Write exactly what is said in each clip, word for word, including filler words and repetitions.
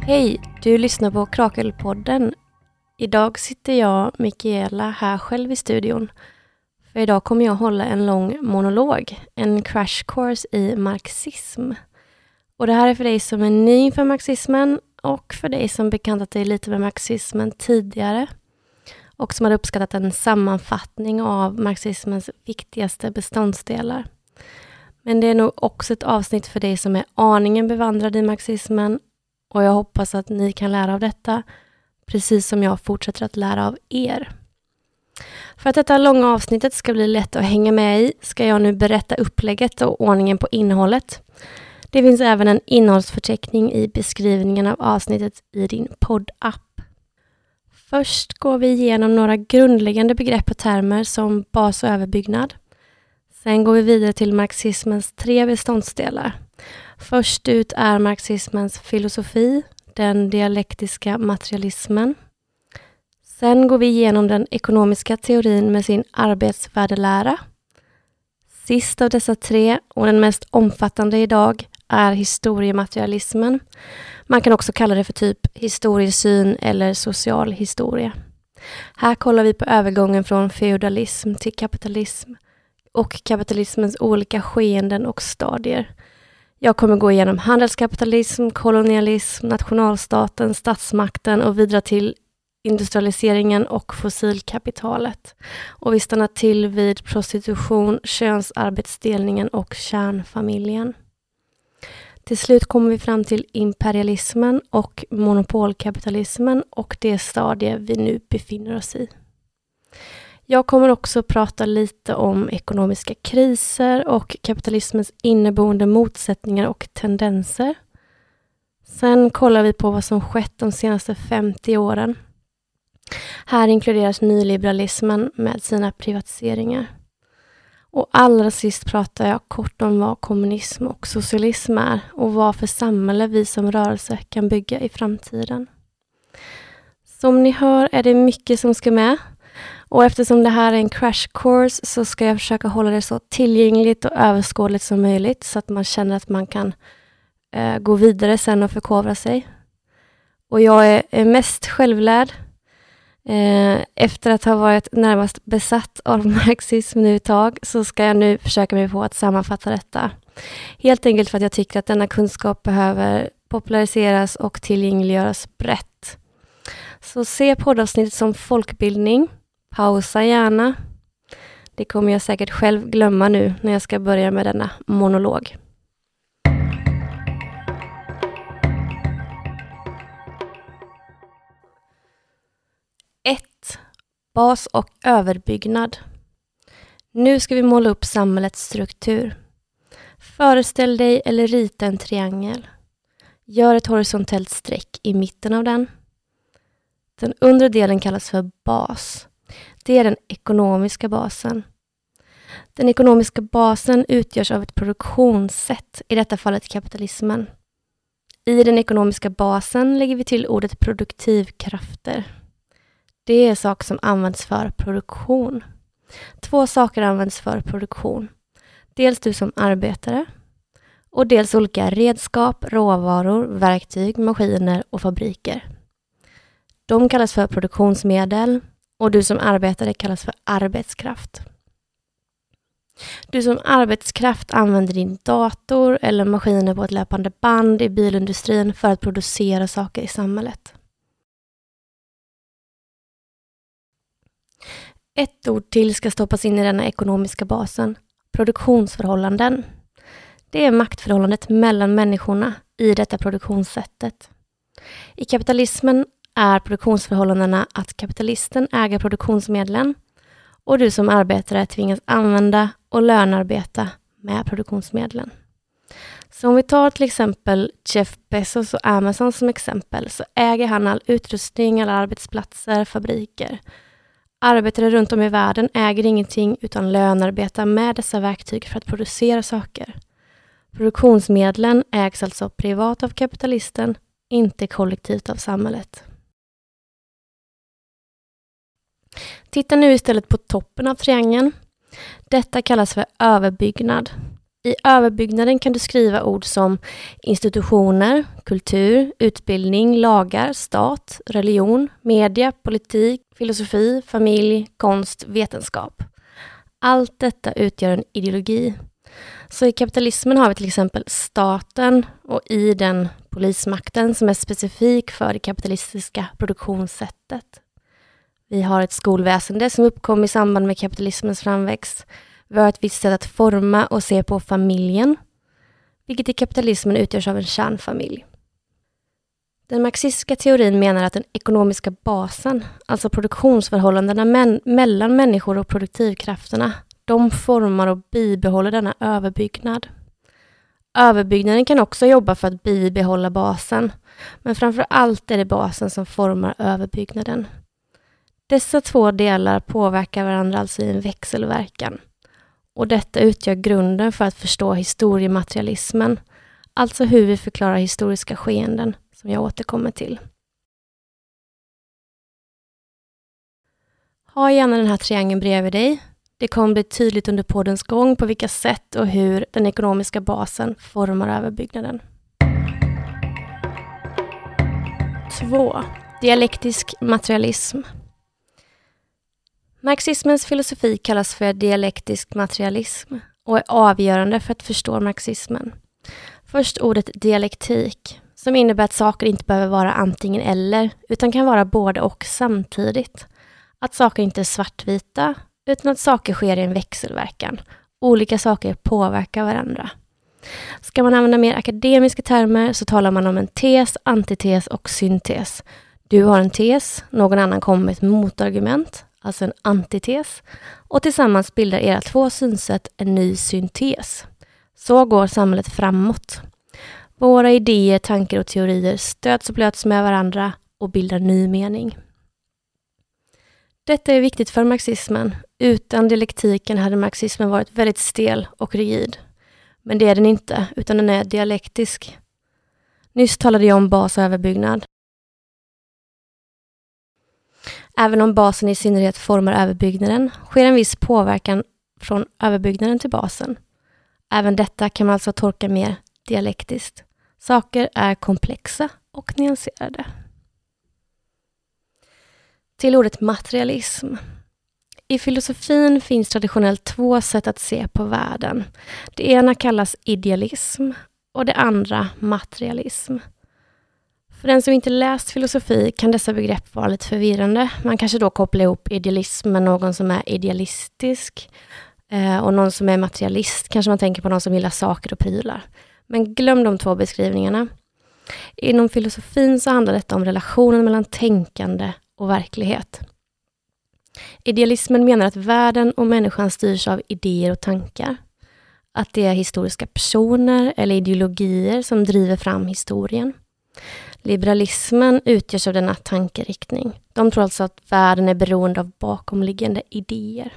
Hej, du lyssnar på Krakelpodden. Idag sitter jag, Mikaela, här själv i studion. För idag kommer jag hålla en lång monolog, en crash course i marxism. Och det här är för dig som är ny inför marxismen och för dig som bekantat dig lite med marxismen tidigare. Och som hade uppskattat en sammanfattning av marxismens viktigaste beståndsdelar. Men det är nog också ett avsnitt för dig som är aningen bevandrad i marxismen. Och jag hoppas att ni kan lära av detta, precis som jag fortsätter att lära av er. För att detta långa avsnittet ska bli lätt att hänga med i ska jag nu berätta upplägget och ordningen på innehållet. Det finns även en innehållsförteckning i beskrivningen av avsnittet i din poddapp. Först går vi igenom några grundläggande begrepp och termer som bas och överbyggnad. Sen går vi vidare till marxismens tre beståndsdelar. Först ut är marxismens filosofi, den dialektiska materialismen. Sen går vi igenom den ekonomiska teorin med sin arbetsvärdelära. Sist av dessa tre, och den mest omfattande idag, är historiematerialismen. Man kan också kalla det för typ historiesyn eller social historia. Här kollar vi på övergången från feudalism till kapitalism och kapitalismens olika skeenden och stadier. Jag kommer gå igenom handelskapitalism, kolonialism, nationalstaten, statsmakten och vidare till industrialiseringen och fossilkapitalet. Och vi stannar till vid prostitution, könsarbetsdelningen och kärnfamiljen. Till slut kommer vi fram till imperialismen och monopolkapitalismen och det stadie vi nu befinner oss i. Jag kommer också prata lite om ekonomiska kriser och kapitalismens inneboende motsättningar och tendenser. Sen kollar vi på vad som skett de senaste femtio åren. Här inkluderas nyliberalismen med sina privatiseringar. Och allra sist pratar jag kort om vad kommunism och socialism är och vad för samhälle vi som rörelse kan bygga i framtiden. Som ni hör är det mycket som ska med. Och eftersom det här är en crash course så ska jag försöka hålla det så tillgängligt och överskådligt som möjligt så att man känner att man kan eh, gå vidare sen och förkovra sig. Och jag är, är mest självlärd. Eh, efter att ha varit närmast besatt av marxism nu ett tag så ska jag nu försöka mig på att sammanfatta detta. Helt enkelt för att jag tycker att denna kunskap behöver populariseras och tillgängliggöras brett. Så se poddavsnittet som folkbildning. Pausa gärna. Det kommer jag säkert själv glömma nu när jag ska börja med denna monolog. ett. Bas och överbyggnad. Nu ska vi måla upp samhällets struktur. Föreställ dig eller rita en triangel. Gör ett horisontellt streck i mitten av den. Den undre delen kallas för bas. Det är den ekonomiska basen. Den ekonomiska basen utgörs av ett produktionssätt, i detta fallet kapitalismen. I den ekonomiska basen lägger vi till ordet produktivkrafter. Det är saker som används för produktion. Två saker används för produktion. Dels du som arbetare och dels olika redskap, råvaror, verktyg, maskiner och fabriker. De kallas för produktionsmedel och du som arbetare kallas för arbetskraft. Du som arbetskraft använder din dator eller maskiner på ett löpande band i bilindustrin för att producera saker i samhället. Ett ord till ska stoppas in i denna ekonomiska basen. Produktionsförhållanden. Det är maktförhållandet mellan människorna i detta produktionssättet. I kapitalismen är produktionsförhållandena att kapitalisten äger produktionsmedlen och du som arbetare tvingas använda och lönearbeta med produktionsmedlen. Så om vi tar till exempel Jeff Bezos och Amazon som exempel så äger han all utrustning, alla arbetsplatser, fabriker. Arbetare runt om i världen äger ingenting utan lönearbetar med dessa verktyg för att producera saker. Produktionsmedlen ägs alltså privat av kapitalisten, inte kollektivt av samhället. Titta nu istället på toppen av triangeln. Detta kallas för överbyggnad. I överbyggnaden kan du skriva ord som institutioner, kultur, utbildning, lagar, stat, religion, media, politik, filosofi, familj, konst, vetenskap. Allt detta utgör en ideologi. Så i kapitalismen har vi till exempel staten och i den polismakten som är specifik för det kapitalistiska produktionssättet. Vi har ett skolväsende som uppkom i samband med kapitalismens framväxt. Vi har ett visst sätt att forma och se på familjen, vilket i kapitalismen utgörs av en kärnfamilj. Den marxistiska teorin menar att den ekonomiska basen, alltså produktionsförhållandena men- mellan människor och produktivkrafterna, de formar och bibehåller denna överbyggnad. Överbyggnaden kan också jobba för att bibehålla basen, men framför allt är det basen som formar överbyggnaden. Dessa två delar påverkar varandra alltså i en växelverkan. Och detta utgör grunden för att förstå historiematerialismen, alltså hur vi förklarar historiska skeenden, som jag återkommer till. Ha gärna den här triangeln bredvid dig. Det kommer bli tydligt under poddens gång på vilka sätt och hur den ekonomiska basen formar överbyggnaden. två. Dialektisk materialism. Marxismens filosofi kallas för dialektisk materialism och är avgörande för att förstå marxismen. Först ordet dialektik, som innebär att saker inte behöver vara antingen eller, utan kan vara både och samtidigt. Att saker inte är svartvita, utan att saker sker i en växelverkan. Olika saker påverkar varandra. Ska man använda mer akademiska termer så talar man om en tes, antites och syntes. Du har en tes, någon annan kommer med ett motargument, alltså en antites, och tillsammans bildar era två synsätt en ny syntes. Så går samhället framåt. Våra idéer, tankar och teorier stöts och blöts med varandra och bildar ny mening. Detta är viktigt för marxismen. Utan dialektiken hade marxismen varit väldigt stel och rigid. Men det är den inte, utan den är dialektisk. Nyss talade jag om bas och överbyggnad. Även om basen i synnerhet formar överbyggnaden sker en viss påverkan från överbyggnaden till basen. Även detta kan man alltså tolka mer dialektiskt. Saker är komplexa och nyanserade. Till ordet materialism. I filosofin finns traditionellt två sätt att se på världen. Det ena kallas idealism och det andra materialism. För den som inte läst filosofi kan dessa begrepp vara lite förvirrande. Man kanske då kopplar ihop idealism med någon som är idealistisk eh, och någon som är materialist. Kanske man tänker på någon som gillar saker och prylar. Men glöm de två beskrivningarna. Inom filosofin så handlar detta om relationen mellan tänkande och verklighet. Idealismen menar att världen och människan styrs av idéer och tankar. Att det är historiska personer eller ideologier som driver fram historien. Liberalismen utgörs av denna tankeriktning. De tror alltså att världen är beroende av bakomliggande idéer.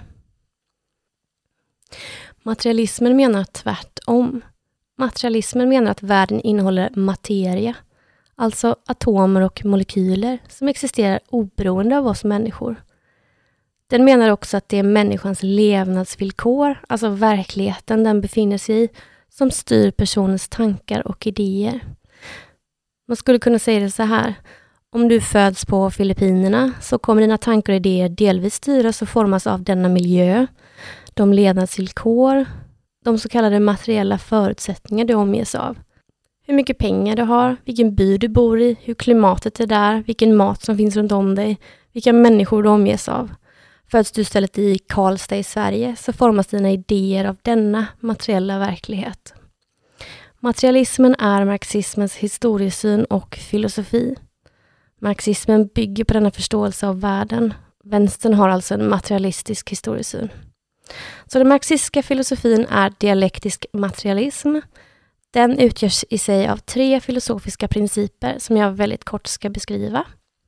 Materialismen menar tvärtom. Materialismen menar att världen innehåller materia, alltså atomer och molekyler som existerar oberoende av oss människor. Den menar också att det är människans levnadsvillkor, alltså verkligheten den befinner sig i, som styr personens tankar och idéer. Man skulle kunna säga det så här. Om du föds på Filippinerna så kommer dina tankar och idéer delvis styras och formas av denna miljö, de levnadsvillkor, de så kallade materiella förutsättningar du omges av. Hur mycket pengar du har, vilken by du bor i, hur klimatet är där, vilken mat som finns runt om dig, vilka människor du omges av. Föds du istället i Karlstad i Sverige så formas dina idéer av denna materiella verklighet. Materialismen är marxismens historiesyn och filosofi. Marxismen bygger på denna förståelse av världen. Vänstern har alltså en materialistisk historiesyn. Så den marxistiska filosofin är dialektisk materialism. Den utgörs i sig av tre filosofiska principer som jag väldigt kort ska beskriva.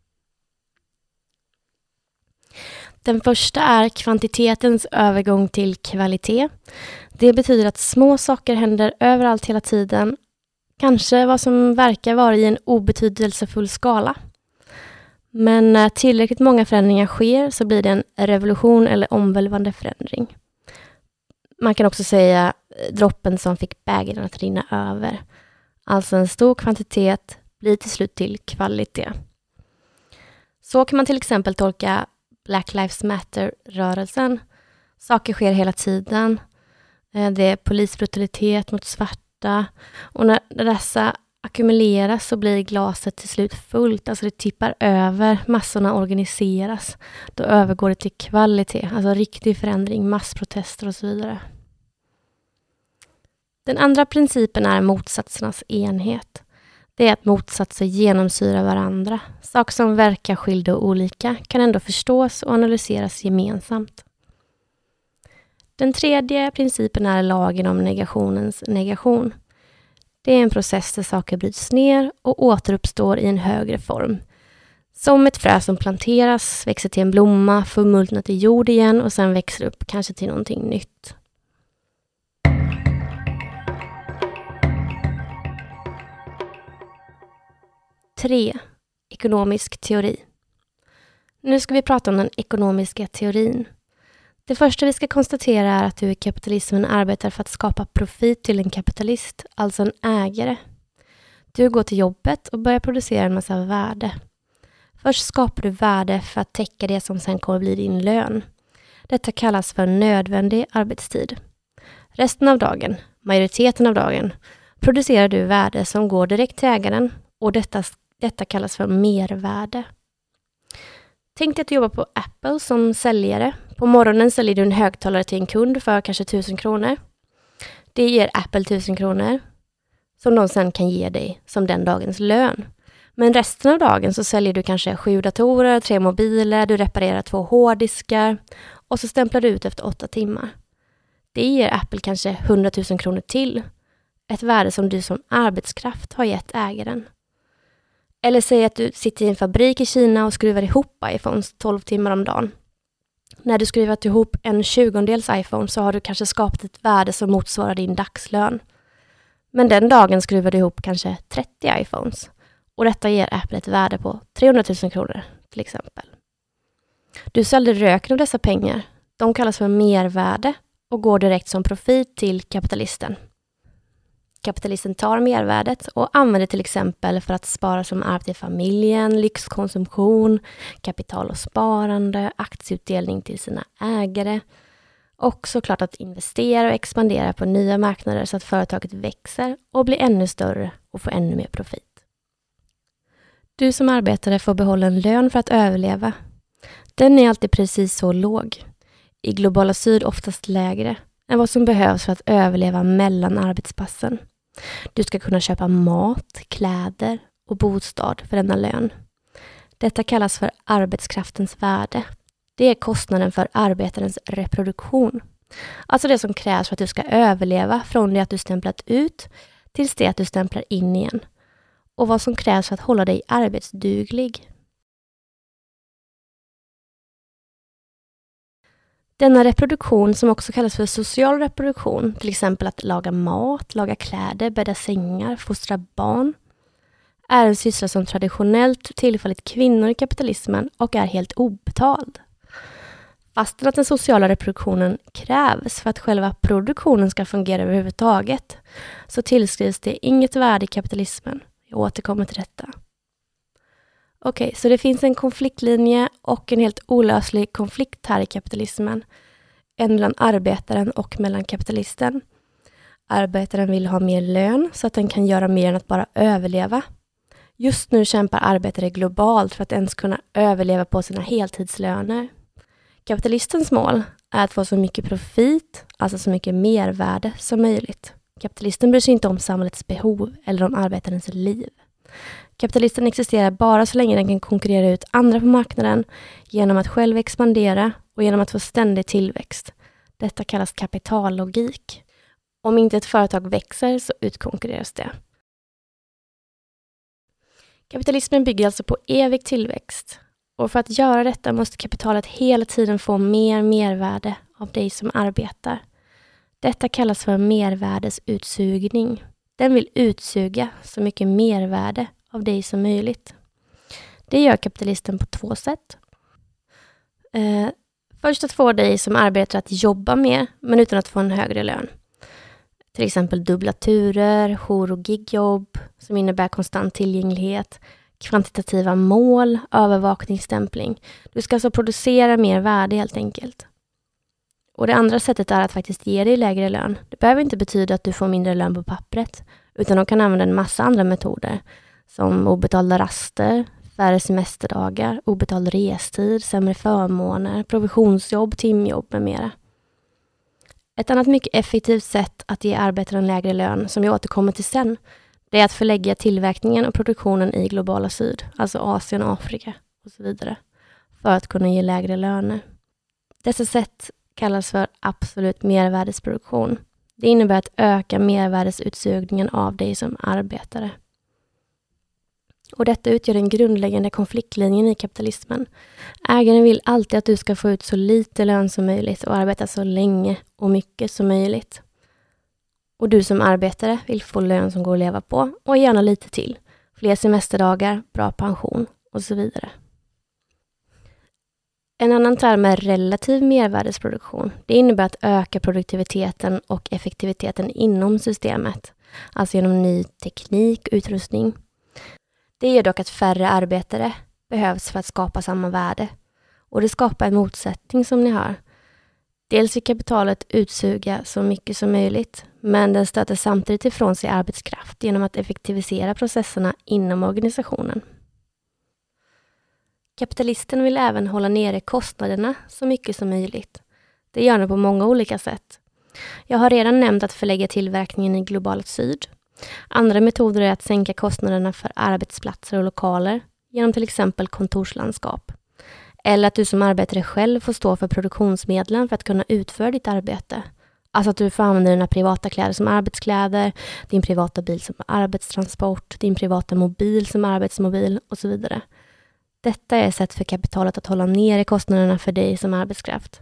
Den första är kvantitetens övergång till kvalitet. Det betyder att små saker händer överallt hela tiden. Kanske vad som verkar vara i en obetydelsefull skala. Men när tillräckligt många förändringar sker så blir det en revolution eller omvälvande förändring. Man kan också säga droppen som fick bägaren att rinna över. Alltså en stor kvantitet blir till slut till kvalitet. Så kan man till exempel tolka Black Lives Matter-rörelsen. Saker sker hela tiden. Det är polisbrutalitet mot svarta. Och när dessa ackumuleras så blir glaset till slut fullt. Alltså det tippar över, massorna organiseras. Då övergår det till kvalitet, alltså riktig förändring, massprotester och så vidare. Den andra principen är motsatsernas enhet. Det är att motsatser genomsyrar varandra. Saker som verkar skilda och olika kan ändå förstås och analyseras gemensamt. Den tredje principen är lagen om negationens negation. Det är en process där saker bryts ner och återuppstår i en högre form. Som ett frö som planteras, växer till en blomma, förmultnar till jord igen och sen växer upp kanske till någonting nytt. tre. Ekonomisk teori. Nu ska vi prata om den ekonomiska teorin. Det första vi ska konstatera är att du i kapitalismen arbetar för att skapa profit till en kapitalist, alltså en ägare. Du går till jobbet och börjar producera en massa värde. Först skapar du värde för att täcka det som sen kommer bli din lön. Detta kallas för nödvändig arbetstid. Resten av dagen, majoriteten av dagen, producerar du värde som går direkt till ägaren och detta, detta kallas för mervärde. Tänk dig att du jobbar på Apple som säljare. På morgonen säljer du en högtalare till en kund för kanske tusen kronor. Det ger Apple tusen kronor som de sen kan ge dig som den dagens lön. Men resten av dagen så säljer du kanske sju datorer, tre mobiler, du reparerar två hårddiskar och så stämplar du ut efter åtta timmar. Det ger Apple kanske hundratusen kronor till. Ett värde som du som arbetskraft har gett ägaren. Eller säg att du sitter i en fabrik i Kina och skruvar ihop iPhones tolv timmar om dagen. När du skruvat ihop en tjugondels iPhone så har du kanske skapat ett värde som motsvarar din dagslön. Men den dagen skruvar du ihop kanske trettio iPhones. Och detta ger Apple ett värde på trehundratusen kronor till exempel. Du sålde röken av dessa pengar. De kallas för mervärde och går direkt som profit till kapitalisten. Kapitalisten tar mervärdet och använder till exempel för att spara som arv till familjen, lyxkonsumtion, kapital och sparande, aktieutdelning till sina ägare och såklart att investera och expandera på nya marknader så att företaget växer och blir ännu större och får ännu mer profit. Du som arbetare får behålla en lön för att överleva. Den är alltid precis så låg, i globala syd oftast lägre än vad som behövs för att överleva mellan arbetspassen. Du ska kunna köpa mat, kläder och bostad för denna lön. Detta kallas för arbetskraftens värde. Det är kostnaden för arbetarens reproduktion. Alltså det som krävs för att du ska överleva från det att du stämplat ut tills det att du stämplar in igen. Och vad som krävs för att hålla dig arbetsduglig. Denna reproduktion, som också kallas för social reproduktion, till exempel att laga mat, laga kläder, bädda sängar, fostra barn, är en syssla som traditionellt tillfallit kvinnor i kapitalismen och är helt obetald. Fastän att den sociala reproduktionen krävs för att själva produktionen ska fungera överhuvudtaget, så tillskrivs det inget värde i kapitalismen. Jag återkommer till detta. Okej, okay, så det finns en konfliktlinje och en helt olöslig konflikt här i kapitalismen. En mellan arbetaren och mellan kapitalisten. Arbetaren vill ha mer lön så att den kan göra mer än att bara överleva. Just nu kämpar arbetare globalt för att ens kunna överleva på sina heltidslöner. Kapitalistens mål är att få så mycket profit, alltså så mycket mervärde som möjligt. Kapitalisten bryr sig inte om samhällets behov eller om arbetarens liv. Kapitalisten existerar bara så länge den kan konkurrera ut andra på marknaden genom att själv expandera och genom att få ständig tillväxt. Detta kallas kapitallogik. Om inte ett företag växer så utkonkurreras det. Kapitalismen bygger alltså på evig tillväxt. Och för att göra detta måste kapitalet hela tiden få mer mervärde av dig som arbetar. Detta kallas för mervärdesutsugning. Den vill utsuga så mycket mervärde av dig som möjligt. Det gör kapitalisten på två sätt. Eh, Först att få dig som arbetar att jobba mer, men utan att få en högre lön. Till exempel dubbla turer, jour- och gigjobb som innebär konstant tillgänglighet, kvantitativa mål, övervakningsstämpling. Du ska alltså producera mer värde helt enkelt. Och det andra sättet är att faktiskt ge dig lägre lön. Det behöver inte betyda att du får mindre lön på pappret, utan de kan använda en massa andra metoder som obetalda raster, färre semesterdagar, obetald restid, sämre förmåner, provisionsjobb, timjobb med mera. Ett annat mycket effektivt sätt att ge arbetare en lägre lön, som jag återkommer till sen, det är att förlägga tillverkningen och produktionen i globala syd, alltså Asien och Afrika och så vidare, för att kunna ge lägre löner. Dessa sätt kallas för absolut mervärdesproduktion. Det innebär att öka mervärdesutsugningen av dig som arbetare. Och detta utgör den grundläggande konfliktlinjen i kapitalismen. Ägaren vill alltid att du ska få ut så lite lön som möjligt och arbeta så länge och mycket som möjligt. Och du som arbetare vill få lön som går att leva på och gärna lite till. Fler semesterdagar, bra pension och så vidare. En annan term är relativ mervärdesproduktion. Det innebär att öka produktiviteten och effektiviteten inom systemet. Alltså genom ny teknik och utrustning. Det gör dock att färre arbetare behövs för att skapa samma värde. Och det skapar en motsättning som ni hör. Dels vill kapitalet utsuga så mycket som möjligt, men den stöter samtidigt ifrån sig arbetskraft genom att effektivisera processerna inom organisationen. Kapitalisten vill även hålla nere kostnaderna så mycket som möjligt. Det gör den på många olika sätt. Jag har redan nämnt att förlägga tillverkningen i globalt syd. Andra metoder är att sänka kostnaderna för arbetsplatser och lokaler genom till exempel kontorslandskap. Eller att du som arbetare själv får stå för produktionsmedlen för att kunna utföra ditt arbete. Alltså att du får använda dina privata kläder som arbetskläder, din privata bil som arbetstransport, din privata mobil som arbetsmobil och så vidare. Detta är ett sätt för kapitalet att hålla nere kostnaderna för dig som arbetskraft.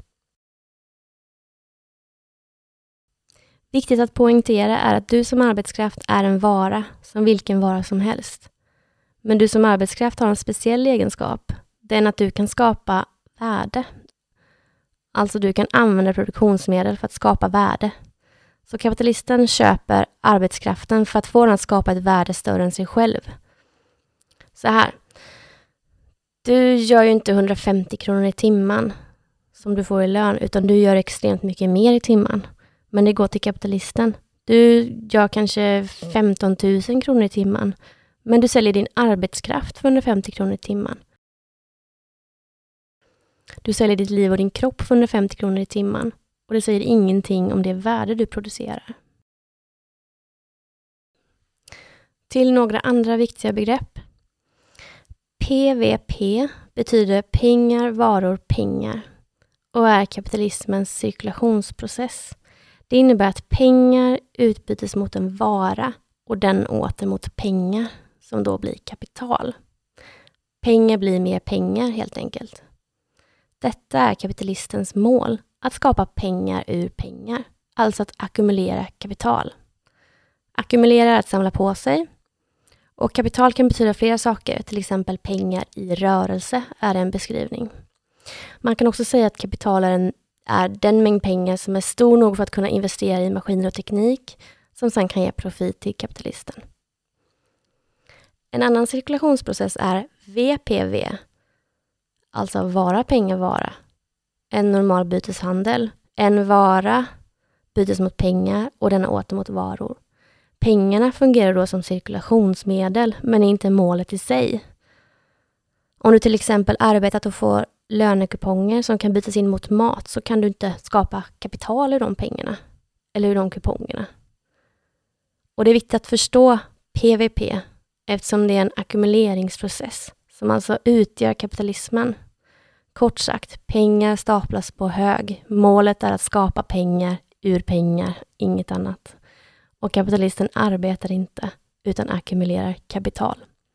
Viktigt att poängtera är att du som arbetskraft är en vara som vilken vara som helst. Men du som arbetskraft har en speciell egenskap. Det är att du kan skapa värde. Alltså du kan använda produktionsmedel för att skapa värde. Så kapitalisten köper arbetskraften för att få den att skapa ett värde större än sig själv. Så här. Du gör ju inte hundrafemtio kronor i timman som du får i lön, utan du gör extremt mycket mer i timman. Men det går till kapitalisten. Du gör kanske femton tusen kronor i timman, men du säljer din arbetskraft för hundrafemtio kronor i timman. Du säljer ditt liv och din kropp för hundrafemtio kronor i timman, och det säger ingenting om det värde du producerar. Till några andra viktiga begrepp. P V P betyder pengar, varor, pengar och är kapitalismens cirkulationsprocess. Det innebär att pengar utbytes mot en vara och den åter mot pengar som då blir kapital. Pengar blir mer pengar helt enkelt. Detta är kapitalistens mål, att skapa pengar ur pengar, alltså att ackumulera kapital. Ackumulera är att samla på sig. Och kapital kan betyda flera saker, till exempel pengar i rörelse är en beskrivning. Man kan också säga att kapital är, en, är den mängd pengar som är stor nog för att kunna investera i maskiner och teknik som sedan kan ge profit till kapitalisten. En annan cirkulationsprocess är V P V, alltså vara, pengar, vara. En normal byteshandel. En vara bytes mot pengar och den åter mot varor. Pengarna fungerar då som cirkulationsmedel, men är inte målet i sig. Om du till exempel arbetat och får lönekuponger som kan bytas in mot mat, så kan du inte skapa kapital ur de pengarna eller ur de kupongerna. Och det är viktigt att förstå P V P eftersom det är en ackumuleringsprocess som alltså utgör kapitalismen. Kort sagt, pengar staplas på hög. Målet är att skapa pengar ur pengar, inget annat. Och kapitalisten arbetar inte utan ackumulerar kapital.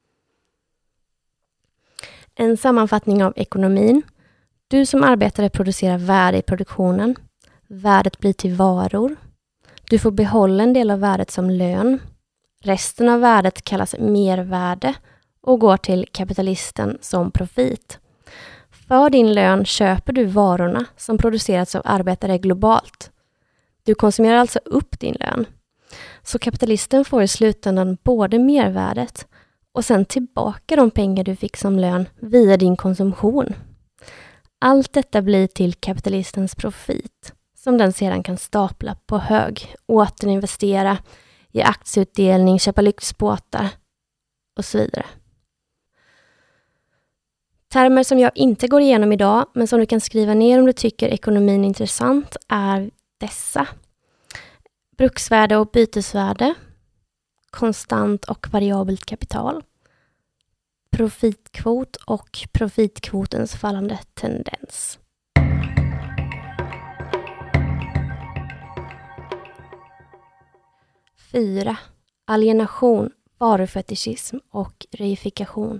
En sammanfattning av ekonomin. Du som arbetare producerar värde i produktionen. Värdet blir till varor. Du får behålla en del av värdet som lön. Resten av värdet kallas mervärde och går till kapitalisten som profit. För din lön köper du varorna som producerats av arbetare globalt. Du konsumerar alltså upp din lön. Så kapitalisten får i slutändan både mervärdet och sen tillbaka de pengar du fick som lön via din konsumtion. Allt detta blir till kapitalistens profit som den sedan kan stapla på hög, återinvestera, ge aktieutdelning, köpa lyxbåtar och så vidare. Termer som jag inte går igenom idag men som du kan skriva ner om du tycker ekonomin är intressant är dessa. Bruksvärde och bytesvärde, konstant och variabelt kapital, profitkvot och profitkvotens fallande tendens. fyra. Alienation, varufetischism och reifikation.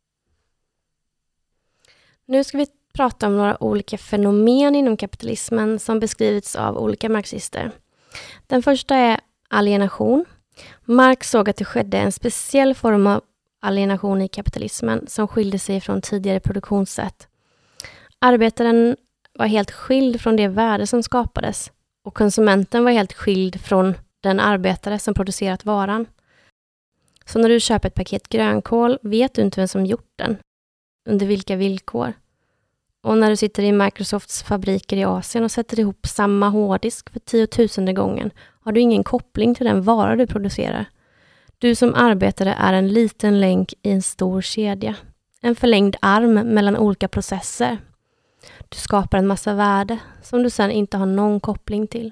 Nu ska vi prata om några olika fenomen inom kapitalismen som beskrivits av olika marxister. Den första är alienation. Marx såg att det skedde en speciell form av alienation i kapitalismen som skilde sig från tidigare produktionssätt. Arbetaren var helt skild från det värde som skapades och konsumenten var helt skild från den arbetare som producerat varan. Så när du köper ett paket grönkål vet du inte vem som gjort den, under vilka villkor. Och när du sitter i Microsofts fabriker i Asien och sätter ihop samma hårddisk för tiotusende gången har du ingen koppling till den vara du producerar. Du som arbetare är en liten länk i en stor kedja. En förlängd arm mellan olika processer. Du skapar en massa värde som du sedan inte har någon koppling till.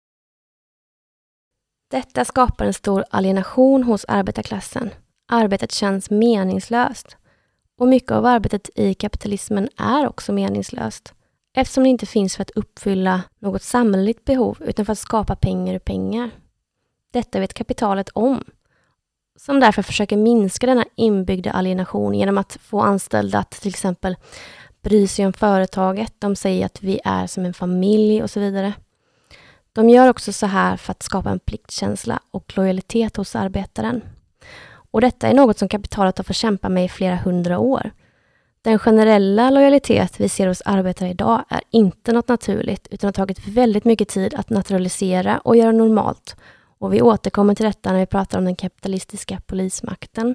Detta skapar en stor alienation hos arbetarklassen. Arbetet känns meningslöst. Och mycket av arbetet i kapitalismen är också meningslöst. Eftersom det inte finns för att uppfylla något samhälleligt behov utan för att skapa pengar ur pengar. Detta vet kapitalet om. Som därför försöker minska denna inbyggda alienation genom att få anställda att till exempel bry sig om företaget. De säger att vi är som en familj och så vidare. De gör också så här för att skapa en pliktkänsla och lojalitet hos arbetaren. Och detta är något som kapitalet har fått kämpa med i flera hundra år. Den generella lojalitet vi ser hos arbetare idag är inte något naturligt utan har tagit väldigt mycket tid att naturalisera och göra normalt. Och vi återkommer till detta när vi pratar om den kapitalistiska polismakten.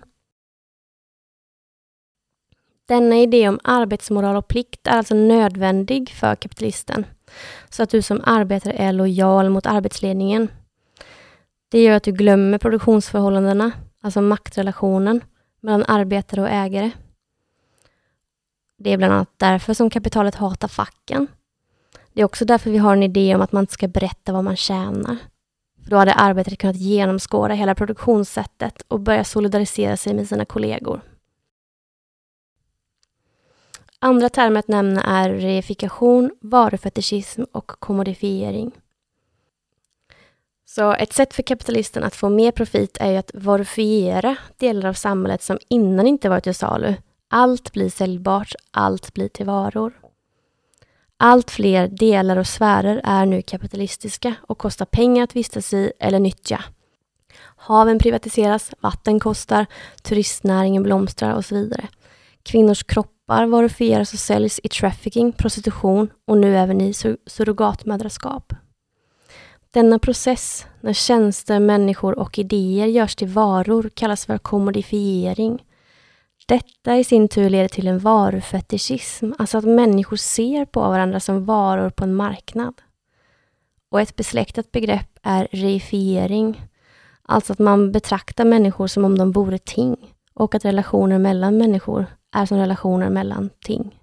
Denna idé om arbetsmoral och plikt är alltså nödvändig för kapitalisten. Så att du som arbetare är lojal mot arbetsledningen. Det gör att du glömmer produktionsförhållandena, alltså maktrelationen mellan arbetare och ägare. Det är bland annat därför som kapitalet hatar facken. Det är också därför vi har en idé om att man inte ska berätta vad man tjänar. För då hade arbetare kunnat genomskåda hela produktionssättet och börja solidarisera sig med sina kollegor. Andra termer att nämna är reifikation, varufetischism och kommodifiering. Så ett sätt för kapitalisten att få mer profit är ju att varufiera delar av samhället som innan inte varit till salu. Allt blir säljbart, allt blir till varor. Allt fler delar och sfärer är nu kapitalistiska och kostar pengar att vistas i eller nyttja. Haven privatiseras, vatten kostar, turistnäringen blomstrar och så vidare. Kvinnors kroppar varufieras och säljs i trafficking, prostitution och nu även i sur- surrogatmödraskap. Denna process, när tjänster, människor och idéer görs till varor, kallas för kommodifiering. Detta i sin tur leder till en varufetischism, alltså att människor ser på varandra som varor på en marknad. Och ett besläktat begrepp är reifiering, alltså att man betraktar människor som om de vore ting och att relationer mellan människor är som relationer mellan ting.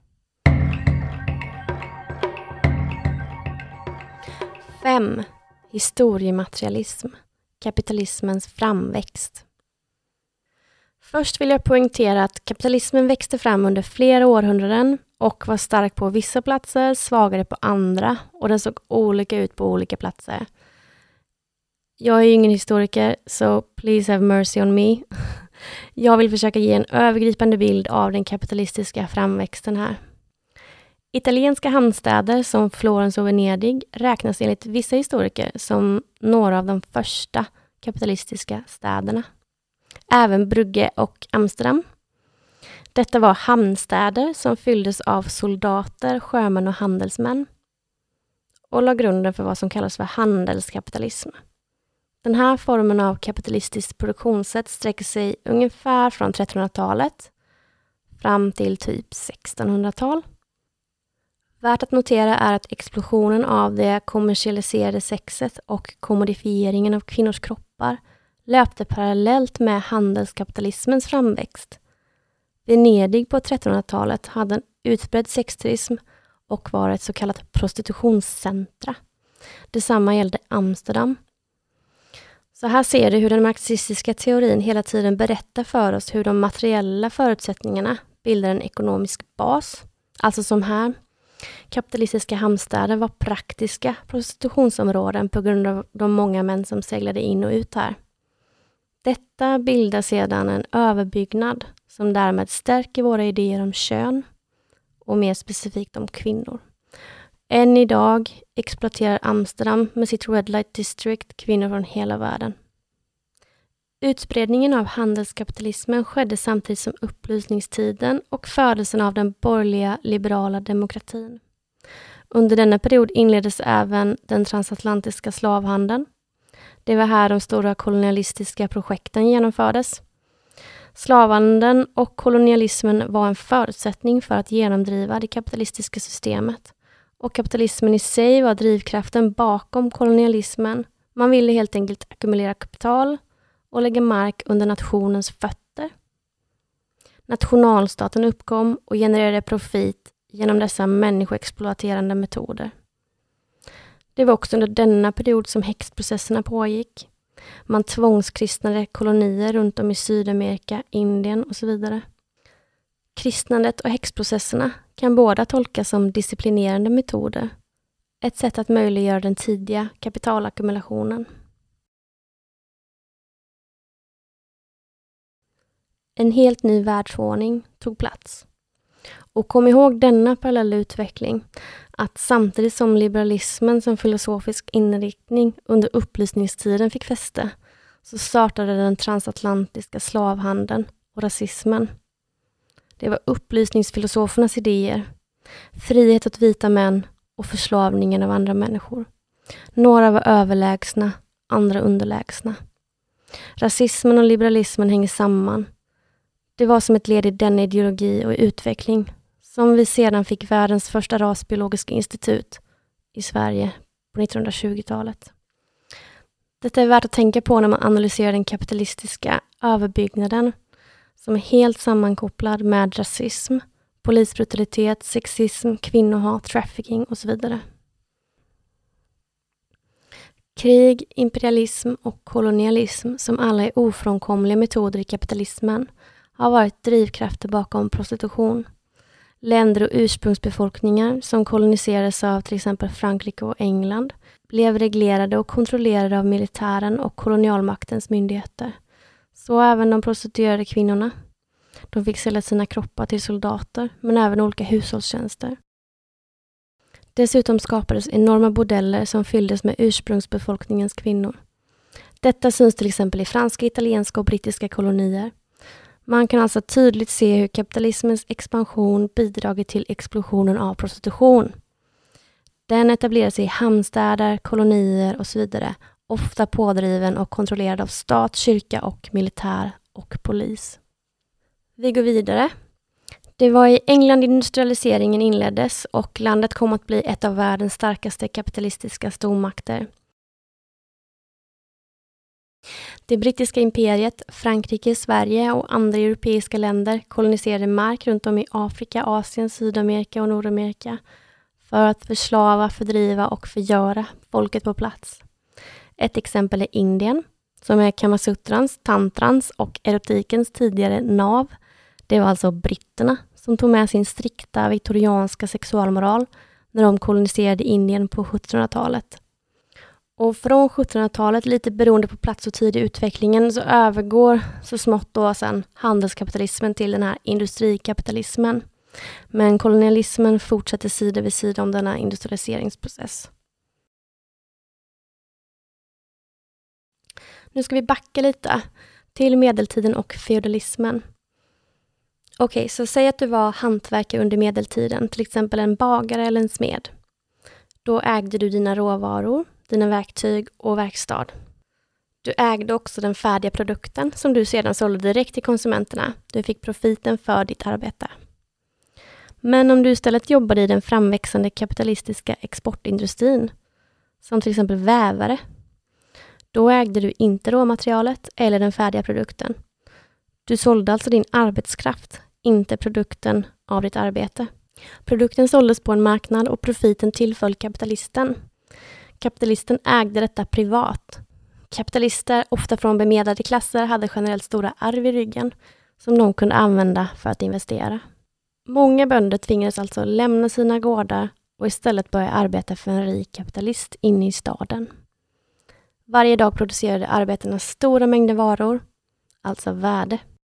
fem. Historiematerialism. Kapitalismens framväxt. Först vill jag poängtera att kapitalismen växte fram under flera århundraden och var stark på vissa platser, svagare på andra och den såg olika ut på olika platser. Jag är ingen historiker, så please have mercy on me. Jag vill försöka ge en övergripande bild av den kapitalistiska framväxten här. Italienska hamnstäder som Florens och Venedig räknas enligt vissa historiker som några av de första kapitalistiska städerna. Även Brugge och Amsterdam. Detta var hamnstäder som fylldes av soldater, sjömän och handelsmän och la grunden för vad som kallas för handelskapitalism. Den här formen av kapitalistiskt produktionssätt sträcker sig ungefär från trettonhundratalet fram till typ sextonhundratal. Värt att notera är att explosionen av det kommersialiserade sexet och kommodifieringen av kvinnors kroppar löpte parallellt med handelskapitalismens framväxt. Venedig på trettonhundratalet hade en utbredd sexturism och var ett så kallat prostitutionscentra. Detsamma gällde Amsterdam. Så här ser du hur den marxistiska teorin hela tiden berättar för oss hur de materiella förutsättningarna bildar en ekonomisk bas. Alltså som här, kapitalistiska hamnstäder var praktiska prostitutionsområden på grund av de många män som seglade in och ut här. Detta bildar sedan en överbyggnad som därmed stärker våra idéer om kön och mer specifikt om kvinnor. Än idag exploaterar Amsterdam med sitt Red Light District kvinnor från hela världen. Utbredningen av handelskapitalismen skedde samtidigt som upplysningstiden och födelsen av den borgerliga liberala demokratin. Under denna period inleddes även den transatlantiska slavhandeln. Det var här de stora kolonialistiska projekten genomfördes. Slavhandeln och kolonialismen var en förutsättning för att genomdriva det kapitalistiska systemet. Och kapitalismen i sig var drivkraften bakom kolonialismen. Man ville helt enkelt ackumulera kapital och lägga mark under nationens fötter. Nationalstaten uppkom och genererade profit genom dessa människoexploaterande metoder. Det var också under denna period som häxprocesserna pågick. Man tvångskristnade kolonier runt om i Sydamerika, Indien och så vidare. Kristnandet och häxprocesserna kan båda tolkas som disciplinerande metoder. Ett sätt att möjliggöra den tidiga kapitalackumulationen. En helt ny världsordning tog plats. Och kom ihåg denna parallella utveckling, att samtidigt som liberalismen som filosofisk inriktning under upplysningstiden fick fäste, så startade den transatlantiska slavhandeln och rasismen. Det var upplysningsfilosofernas idéer, frihet åt vita män och förslavningen av andra människor. Några var överlägsna, andra underlägsna. Rasismen och liberalismen hänger samman. Det var som ett led i den ideologi och utveckling som vi sedan fick världens första rasbiologiska institut i Sverige på nittonhundratjugotalet. Detta är värt att tänka på när man analyserar den kapitalistiska överbyggnaden som är helt sammankopplad med rasism, polisbrutalitet, sexism, kvinnohat, trafficking och så vidare. Krig, imperialism och kolonialism, som alla är ofrånkomliga metoder i kapitalismen, har varit drivkrafter bakom prostitution. Länder och ursprungsbefolkningar som koloniserades av till exempel Frankrike och England blev reglerade och kontrollerade av militären och kolonialmaktens myndigheter. Så även de prostituerade kvinnorna. De fick sälja sina kroppar till soldater, men även olika hushållstjänster. Dessutom skapades enorma bordeller som fylldes med ursprungsbefolkningens kvinnor. Detta syns till exempel i franska, italienska och brittiska kolonier. Man kan alltså tydligt se hur kapitalismens expansion bidragit till explosionen av prostitution. Den etablerade sig i hamnstäder, kolonier och så vidare, ofta pådriven och kontrollerad av stat, kyrka och militär och polis. Vi går vidare. Det var i England industrialiseringen inleddes och landet kom att bli ett av världens starkaste kapitalistiska stormakter. Det brittiska imperiet, Frankrike, Sverige och andra europeiska länder koloniserade mark runt om i Afrika, Asien, Sydamerika och Nordamerika för att förslava, fördriva och förgöra folket på plats. Ett exempel är Indien, som är Kamasutrans, tantrans och erotikens tidigare nav. Det var alltså britterna som tog med sin strikta viktorianska sexualmoral när de koloniserade Indien på sjuttonhundratalet. Och från sjuttonhundratalet, lite beroende på plats och tid i utvecklingen, så övergår så smått då sen handelskapitalismen till den här industrikapitalismen. Men kolonialismen fortsätter sida vid sida om denna industrialiseringsprocess. Nu ska vi backa lite till medeltiden och feodalismen. Okej, så säg att du var hantverkare under medeltiden, till exempel en bagare eller en smed. Då ägde du dina råvaror, dina verktyg och verkstad. Du ägde också den färdiga produkten som du sedan sålde direkt till konsumenterna. Du fick profiten för ditt arbete. Men om du istället jobbade i den framväxande kapitalistiska exportindustrin, som till exempel vävare, då ägde du inte råmaterialet eller den färdiga produkten. Du sålde alltså din arbetskraft, inte produkten av ditt arbete. Produkten såldes på en marknad och profiten tillföll kapitalisten. Kapitalisten ägde detta privat. Kapitalister, ofta från bemedlade klasser, hade generellt stora arv i ryggen som de kunde använda för att investera. Många bönder tvingades alltså lämna sina gårdar och istället börja arbeta för en rik kapitalist inne i staden. Varje dag producerade arbetarna stora mängder varor, alltså värde.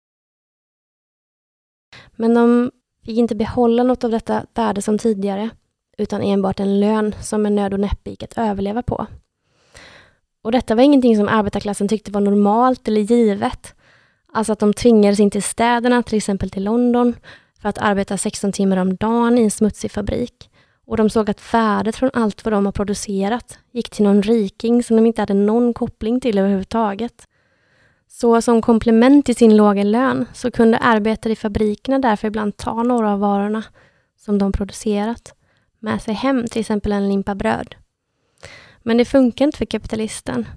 Men de fick inte behålla något av detta värde som tidigare, utan enbart en lön som med nöd och näppe gick att överleva på. Och detta var ingenting som arbetarklassen tyckte var normalt eller givet. Alltså att de tvingades in till städerna, till exempel till London, för att arbeta sexton timmar om dagen i en smutsig fabrik. Och de såg att värdet från allt vad de har producerat gick till någon riking som de inte hade någon koppling till överhuvudtaget. Så som komplement till sin låga lön så kunde arbetare i fabrikerna därför ibland ta några av varorna som de producerat med sig hem, till exempel en limpa bröd. Men det funkar inte för kapitalisten.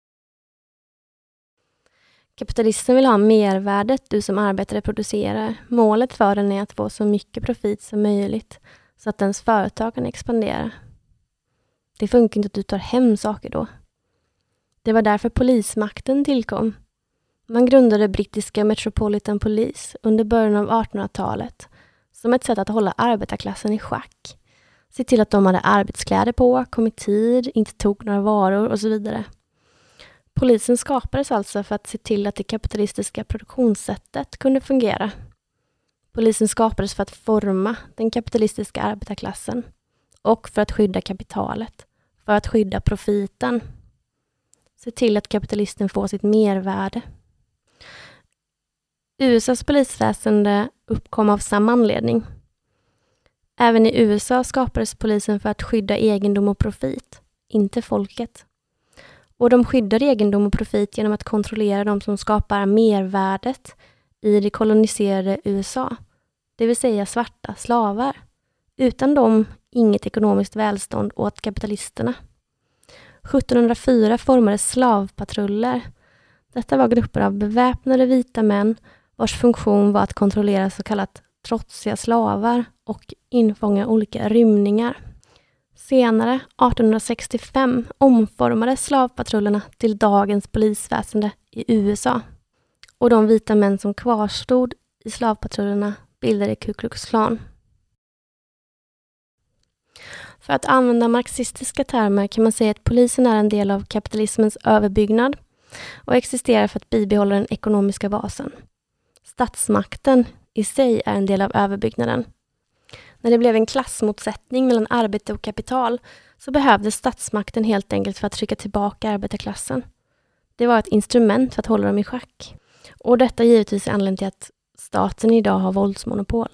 Kapitalisten vill ha mervärdet du som arbetare producerar. Målet för den är att få så mycket profit som möjligt så att ens företag kan expandera. Det funkar inte att du tar hem saker då. Det var därför polismakten tillkom. Man grundade brittiska Metropolitan Police under början av artonhundratalet som ett sätt att hålla arbetarklassen i schack. Se till att de hade arbetskläder på, kom i tid, inte tog några varor och så vidare. Polisen skapades alltså för att se till att det kapitalistiska produktionssättet kunde fungera. Polisen skapades för att forma den kapitalistiska arbetarklassen och för att skydda kapitalet, för att skydda profiten. Se till att kapitalisten får sitt mervärde. U S A:s polisväsende uppkom av samma anledning. Även i U S A skapades polisen för att skydda egendom och profit, inte folket. Och de skyddar egendom och profit genom att kontrollera de som skapar mervärdet i det koloniserade U S A, det vill säga svarta slavar. Utan dem inget ekonomiskt välstånd åt kapitalisterna. sjuttonhundrafyra formades slavpatruller. Detta var grupper av beväpnade vita män vars funktion var att kontrollera så kallat trotsiga slavar och infånga olika rymningar. Senare, artonhundrasextiofem, omformades slavpatrullerna till dagens polisväsende i U S A. Och de vita män som kvarstod i slavpatrullerna bildade Ku Klux Klan. För att använda marxistiska termer kan man säga att polisen är en del av kapitalismens överbyggnad och existerar för att bibehålla den ekonomiska basen. Statsmakten i sig är en del av överbyggnaden. När det blev en klassmotsättning mellan arbete och kapital så behövdes statsmakten helt enkelt för att trycka tillbaka arbetarklassen. Det var ett instrument för att hålla dem i schack. Och detta givetvis är anledningen till att staten idag har våldsmonopol.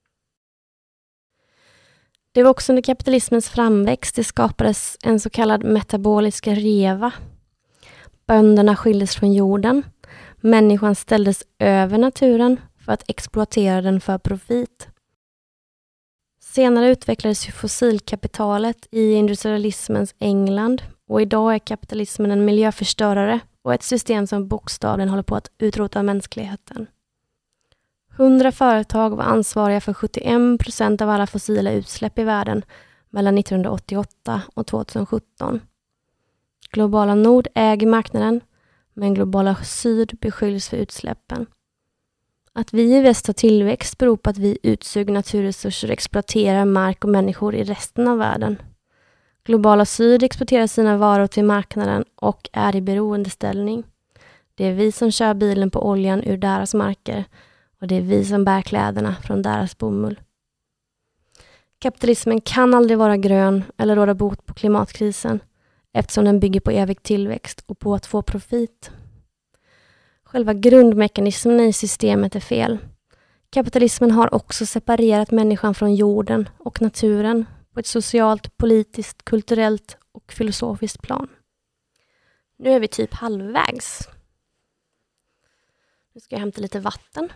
Det var också under kapitalismens framväxt det skapades en så kallad metabolisk reva. Bönderna skildes från jorden. Människan ställdes över naturen för att exploatera den för profit. Senare utvecklades ju fossilkapitalet i industrialismens England och idag är kapitalismen en miljöförstörare och ett system som bokstavligen håller på att utrota mänskligheten. hundra företag var ansvariga för sjuttioen procent av alla fossila utsläpp i världen mellan nittonhundraåttioåtta och tjugohundrasjutton. Globala Nord äger marknaden, men globala Syd beskylls för utsläppen. Att vi i väst har tillväxt beror på att vi utsuger naturresurser och exploaterar mark och människor i resten av världen. Globala Syd exporterar sina varor till marknaden och är i beroendeställning. Det är vi som kör bilen på oljan ur deras marker och det är vi som bär kläderna från deras bomull. Kapitalismen kan aldrig vara grön eller råda bot på klimatkrisen eftersom den bygger på evig tillväxt och på att få profit. Själva grundmekanismen i systemet är fel. Kapitalismen har också separerat människan från jorden och naturen på ett socialt, politiskt, kulturellt och filosofiskt plan. Nu är vi typ halvvägs. Nu ska jag hämta lite vatten.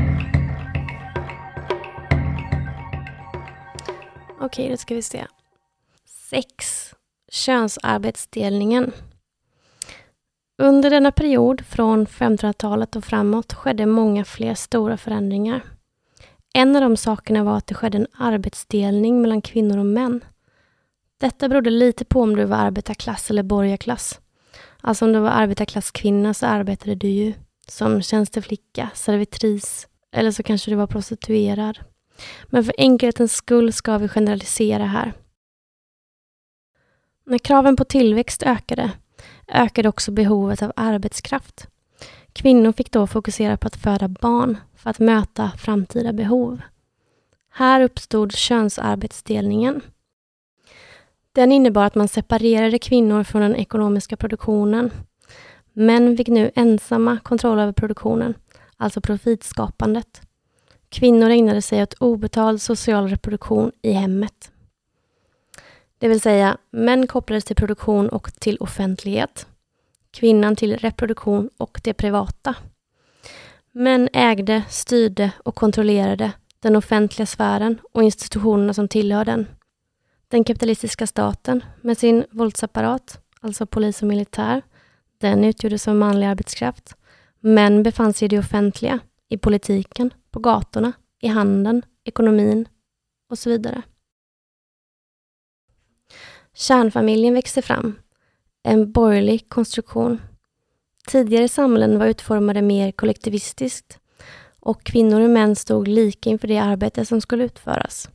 Okej, då ska vi se. sex. Könsarbetsdelningen. Under denna period från femtonhundratalet och framåt skedde många fler stora förändringar. En av de sakerna var att det skedde en arbetsdelning mellan kvinnor och män. Detta berodde lite på om du var arbetarklass eller borgarklass. Alltså om du var arbetarklasskvinna så arbetade du ju som tjänsteflicka, servitris eller så kanske du var prostituerad. Men för enkelhetens skull ska vi generalisera här. När kraven på tillväxt ökade, ökade också behovet av arbetskraft. Kvinnor fick då fokusera på att föda barn för att möta framtida behov. Här uppstod könsarbetsdelningen. Den innebar att man separerade kvinnor från den ekonomiska produktionen. Män fick nu ensamma kontroll över produktionen, alltså profitskapandet. Kvinnor ägnade sig åt obetald social reproduktion i hemmet. Det vill säga, män kopplades till produktion och till offentlighet. Kvinnan till reproduktion och det privata. Män ägde, styrde och kontrollerade den offentliga sfären och institutionerna som tillhör den. Den kapitalistiska staten med sin våldsapparat, alltså polis och militär, den utgjordes av manlig arbetskraft. Män befann sig i det offentliga, i politiken, på gatorna, i handeln, ekonomin och så vidare. Kärnfamiljen växte fram, en borgerlig konstruktion. Tidigare samhällen var utformade mer kollektivistiskt och kvinnor och män stod lika inför det arbete som skulle utföras.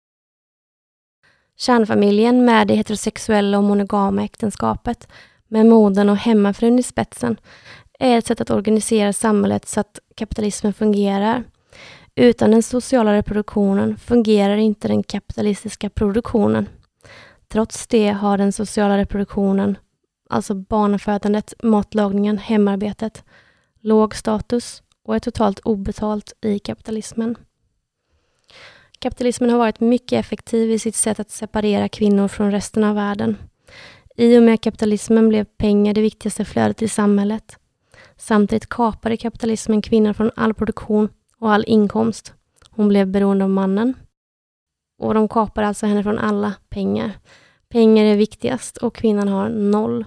Kärnfamiljen med det heterosexuella och monogama äktenskapet med modern och hemmafrun i spetsen är ett sätt att organisera samhället så att kapitalismen fungerar. Utan den sociala reproduktionen fungerar inte den kapitalistiska produktionen. Trots det har den sociala reproduktionen, alltså barnafödandet, matlagningen, hemarbetet, låg status och är totalt obetalt i kapitalismen. Kapitalismen har varit mycket effektiv i sitt sätt att separera kvinnor från resten av världen. I och med kapitalismen blev pengar det viktigaste flödet i samhället. Samtidigt kapade kapitalismen kvinnor från all produktion och all inkomst. Hon blev beroende av mannen. Och de kapade alltså henne från alla pengar. Pengar är viktigast och kvinnan har noll.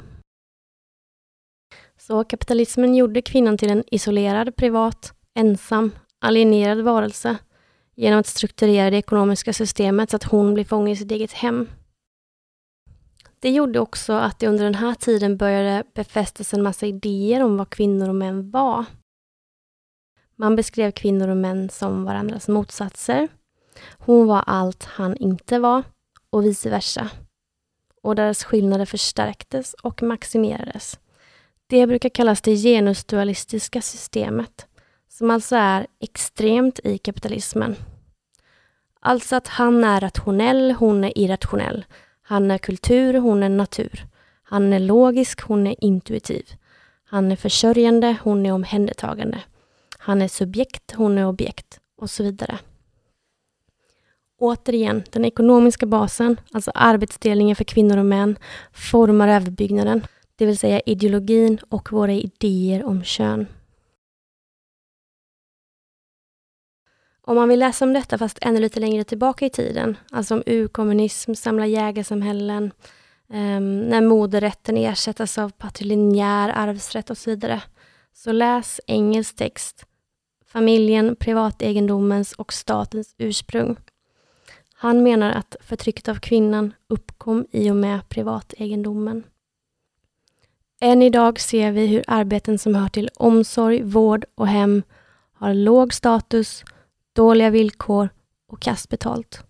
Så kapitalismen gjorde kvinnan till en isolerad, privat, ensam, alienerad varelse genom att strukturera det ekonomiska systemet så att hon blir fången i sitt eget hem. Det gjorde också att det under den här tiden började befästas en massa idéer om vad kvinnor och män var. Man beskrev kvinnor och män som varandras motsatser. Hon var allt han inte var och vice versa. Och deras skillnader förstärktes och maximerades. Det brukar kallas det genusdualistiska systemet, som alltså är extremt i kapitalismen. Alltså att han är rationell, hon är irrationell. Han är kultur, hon är natur. Han är logisk, hon är intuitiv. Han är försörjande, hon är omhändertagande. Han är subjekt, hon är objekt och så vidare. Återigen, den ekonomiska basen, alltså arbetsdelningen för kvinnor och män, formar överbyggnaden, det vill säga ideologin och våra idéer om kön. Om man vill läsa om detta fast ännu lite längre tillbaka i tiden, alltså om urkommunism, samla jägarsamhällen, um, när moderrätten ersättas av patrilineär arvsrätt och så vidare, så läs engelsk text, familjen, privategendomens och statens ursprung. Han menar att förtrycket av kvinnan uppkom i och med privategendomen. Än idag ser vi hur arbeten som hör till omsorg, vård och hem har låg status, dåliga villkor och kastbetalt.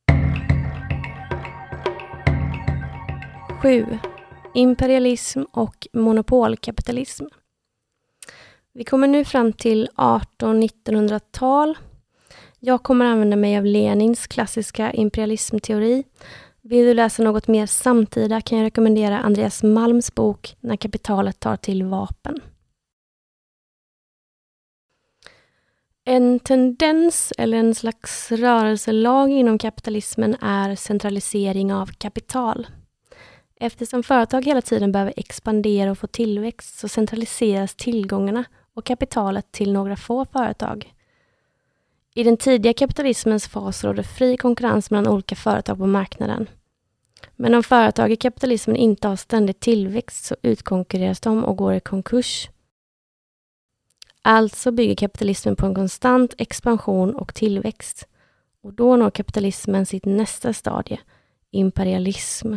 sju. Imperialism och monopolkapitalism. Vi kommer nu fram till arton-nittonhundratal. Jag kommer använda mig av Lenins klassiska imperialismteori. Vill du läsa något mer samtida kan jag rekommendera Andreas Malms bok När kapitalet tar till vapen. En tendens eller en slags rörelselag inom kapitalismen är centralisering av kapital. Eftersom företag hela tiden behöver expandera och få tillväxt så centraliseras tillgångarna och kapitalet till några få företag. I den tidiga kapitalismens fas råder fri konkurrens mellan olika företag på marknaden. Men om företag i kapitalismen inte har ständig tillväxt så utkonkurreras de och går i konkurs. Alltså bygger kapitalismen på en konstant expansion och tillväxt. Och då når kapitalismen sitt nästa stadie, imperialism.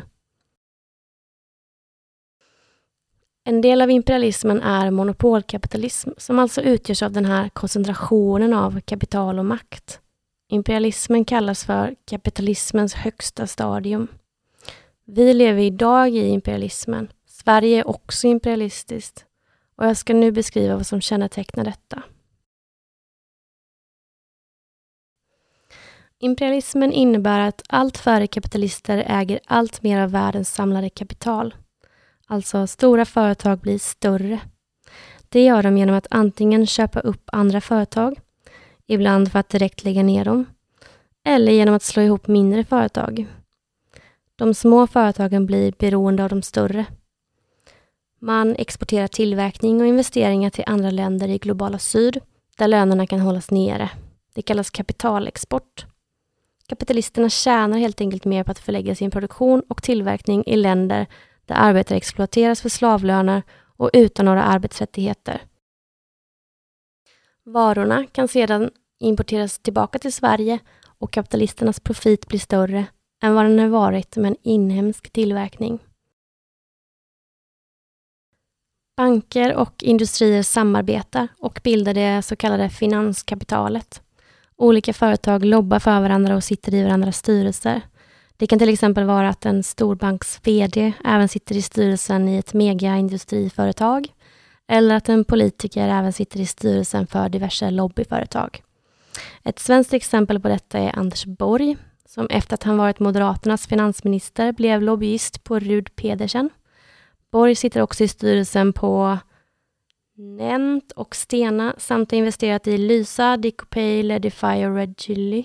En del av imperialismen är monopolkapitalism som alltså utgörs av den här koncentrationen av kapital och makt. Imperialismen kallas för kapitalismens högsta stadium. Vi lever idag i imperialismen. Sverige är också imperialistiskt. Och jag ska nu beskriva vad som kännetecknar detta. Imperialismen innebär att allt färre kapitalister äger allt mer av världens samlade kapital. Alltså stora företag blir större. Det gör de genom att antingen köpa upp andra företag, ibland för att direkt lägga ner dem, eller genom att slå ihop mindre företag. De små företagen blir beroende av de större. Man exporterar tillverkning och investeringar till andra länder i globala syd, där lönerna kan hållas nere. Det kallas kapitalexport. Kapitalisterna tjänar helt enkelt mer på att förlägga sin produktion och tillverkning i länder där arbetare exploateras för slavlöner och utan några arbetsrättigheter. Varorna kan sedan importeras tillbaka till Sverige och kapitalisternas profit blir större än vad den har varit med en inhemsk tillverkning. Banker och industrier samarbetar och bildar det så kallade finanskapitalet. Olika företag lobbar för varandra och sitter i varandras styrelser. Det kan till exempel vara att en storbanks vd även sitter i styrelsen i ett megaindustriföretag eller att en politiker även sitter i styrelsen för diverse lobbyföretag. Ett svenskt exempel på detta är Anders Borg som efter att han varit Moderaternas finansminister blev lobbyist på Rud Pedersen. Borg sitter också i styrelsen på Nent och Stena samt har investerat i Lysa, Dicopay, Ledify och Red Chili.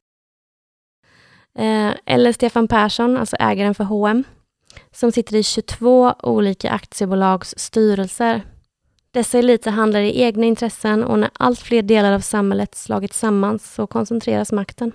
Eh, eller Stefan Persson, alltså ägaren för H och M, som sitter i tjugotvå olika aktiebolags styrelser. Dessa eliter handlar i egna intressen och när allt fler delar av samhället slagits samman så koncentreras makten.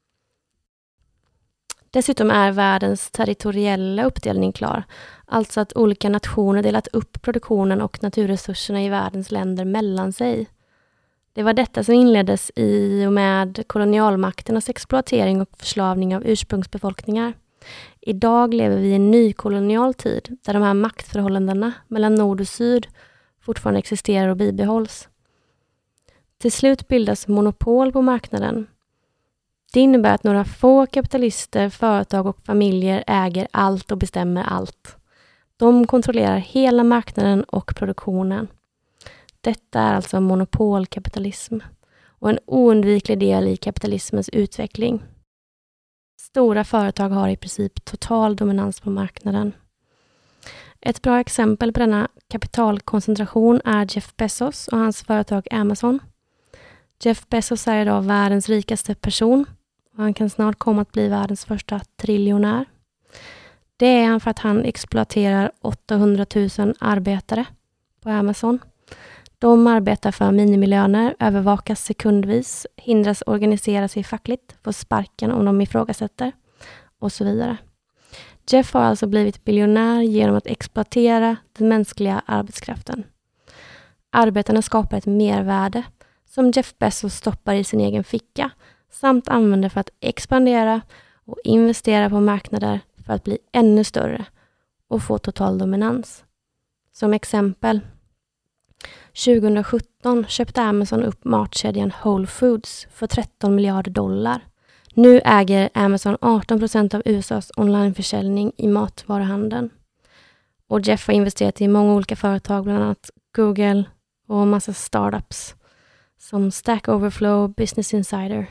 Dessutom är världens territoriella uppdelning klar, alltså att olika nationer delat upp produktionen och naturresurserna i världens länder mellan sig. Det var detta som inleddes i och med kolonialmakternas exploatering och förslavning av ursprungsbefolkningar. Idag lever vi i en ny kolonial tid där de här maktförhållandena mellan nord och syd fortfarande existerar och bibehålls. Till slut bildas monopol på marknaden. Det innebär att några få kapitalister, företag och familjer äger allt och bestämmer allt. De kontrollerar hela marknaden och produktionen. Detta är alltså monopolkapitalism och en oundviklig del i kapitalismens utveckling. Stora företag har i princip total dominans på marknaden. Ett bra exempel på denna kapitalkoncentration är Jeff Bezos och hans företag Amazon. Jeff Bezos är idag världens rikaste person och han kan snart komma att bli världens första triljonär. Det är han för att han exploaterar åttahundratusen arbetare på Amazon. De arbetar för minimilöner, övervakas sekundvis, hindras organisera sig fackligt, får sparken om de ifrågasätter och så vidare. Jeff har alltså blivit biljonär genom att exploatera den mänskliga arbetskraften. Arbetarna skapar ett mervärde som Jeff Bezos stoppar i sin egen ficka samt använder för att expandera och investera på marknader för att bli ännu större och få total dominans. Som exempel, tjugohundrasjutton köpte Amazon upp matkedjan Whole Foods för tretton miljarder dollar. Nu äger Amazon arton procent av U S A:s onlineförsäljning i matvaruhandeln. Och Jeff har investerat i många olika företag, bland annat Google och massa startups som Stack Overflow, Business Insider.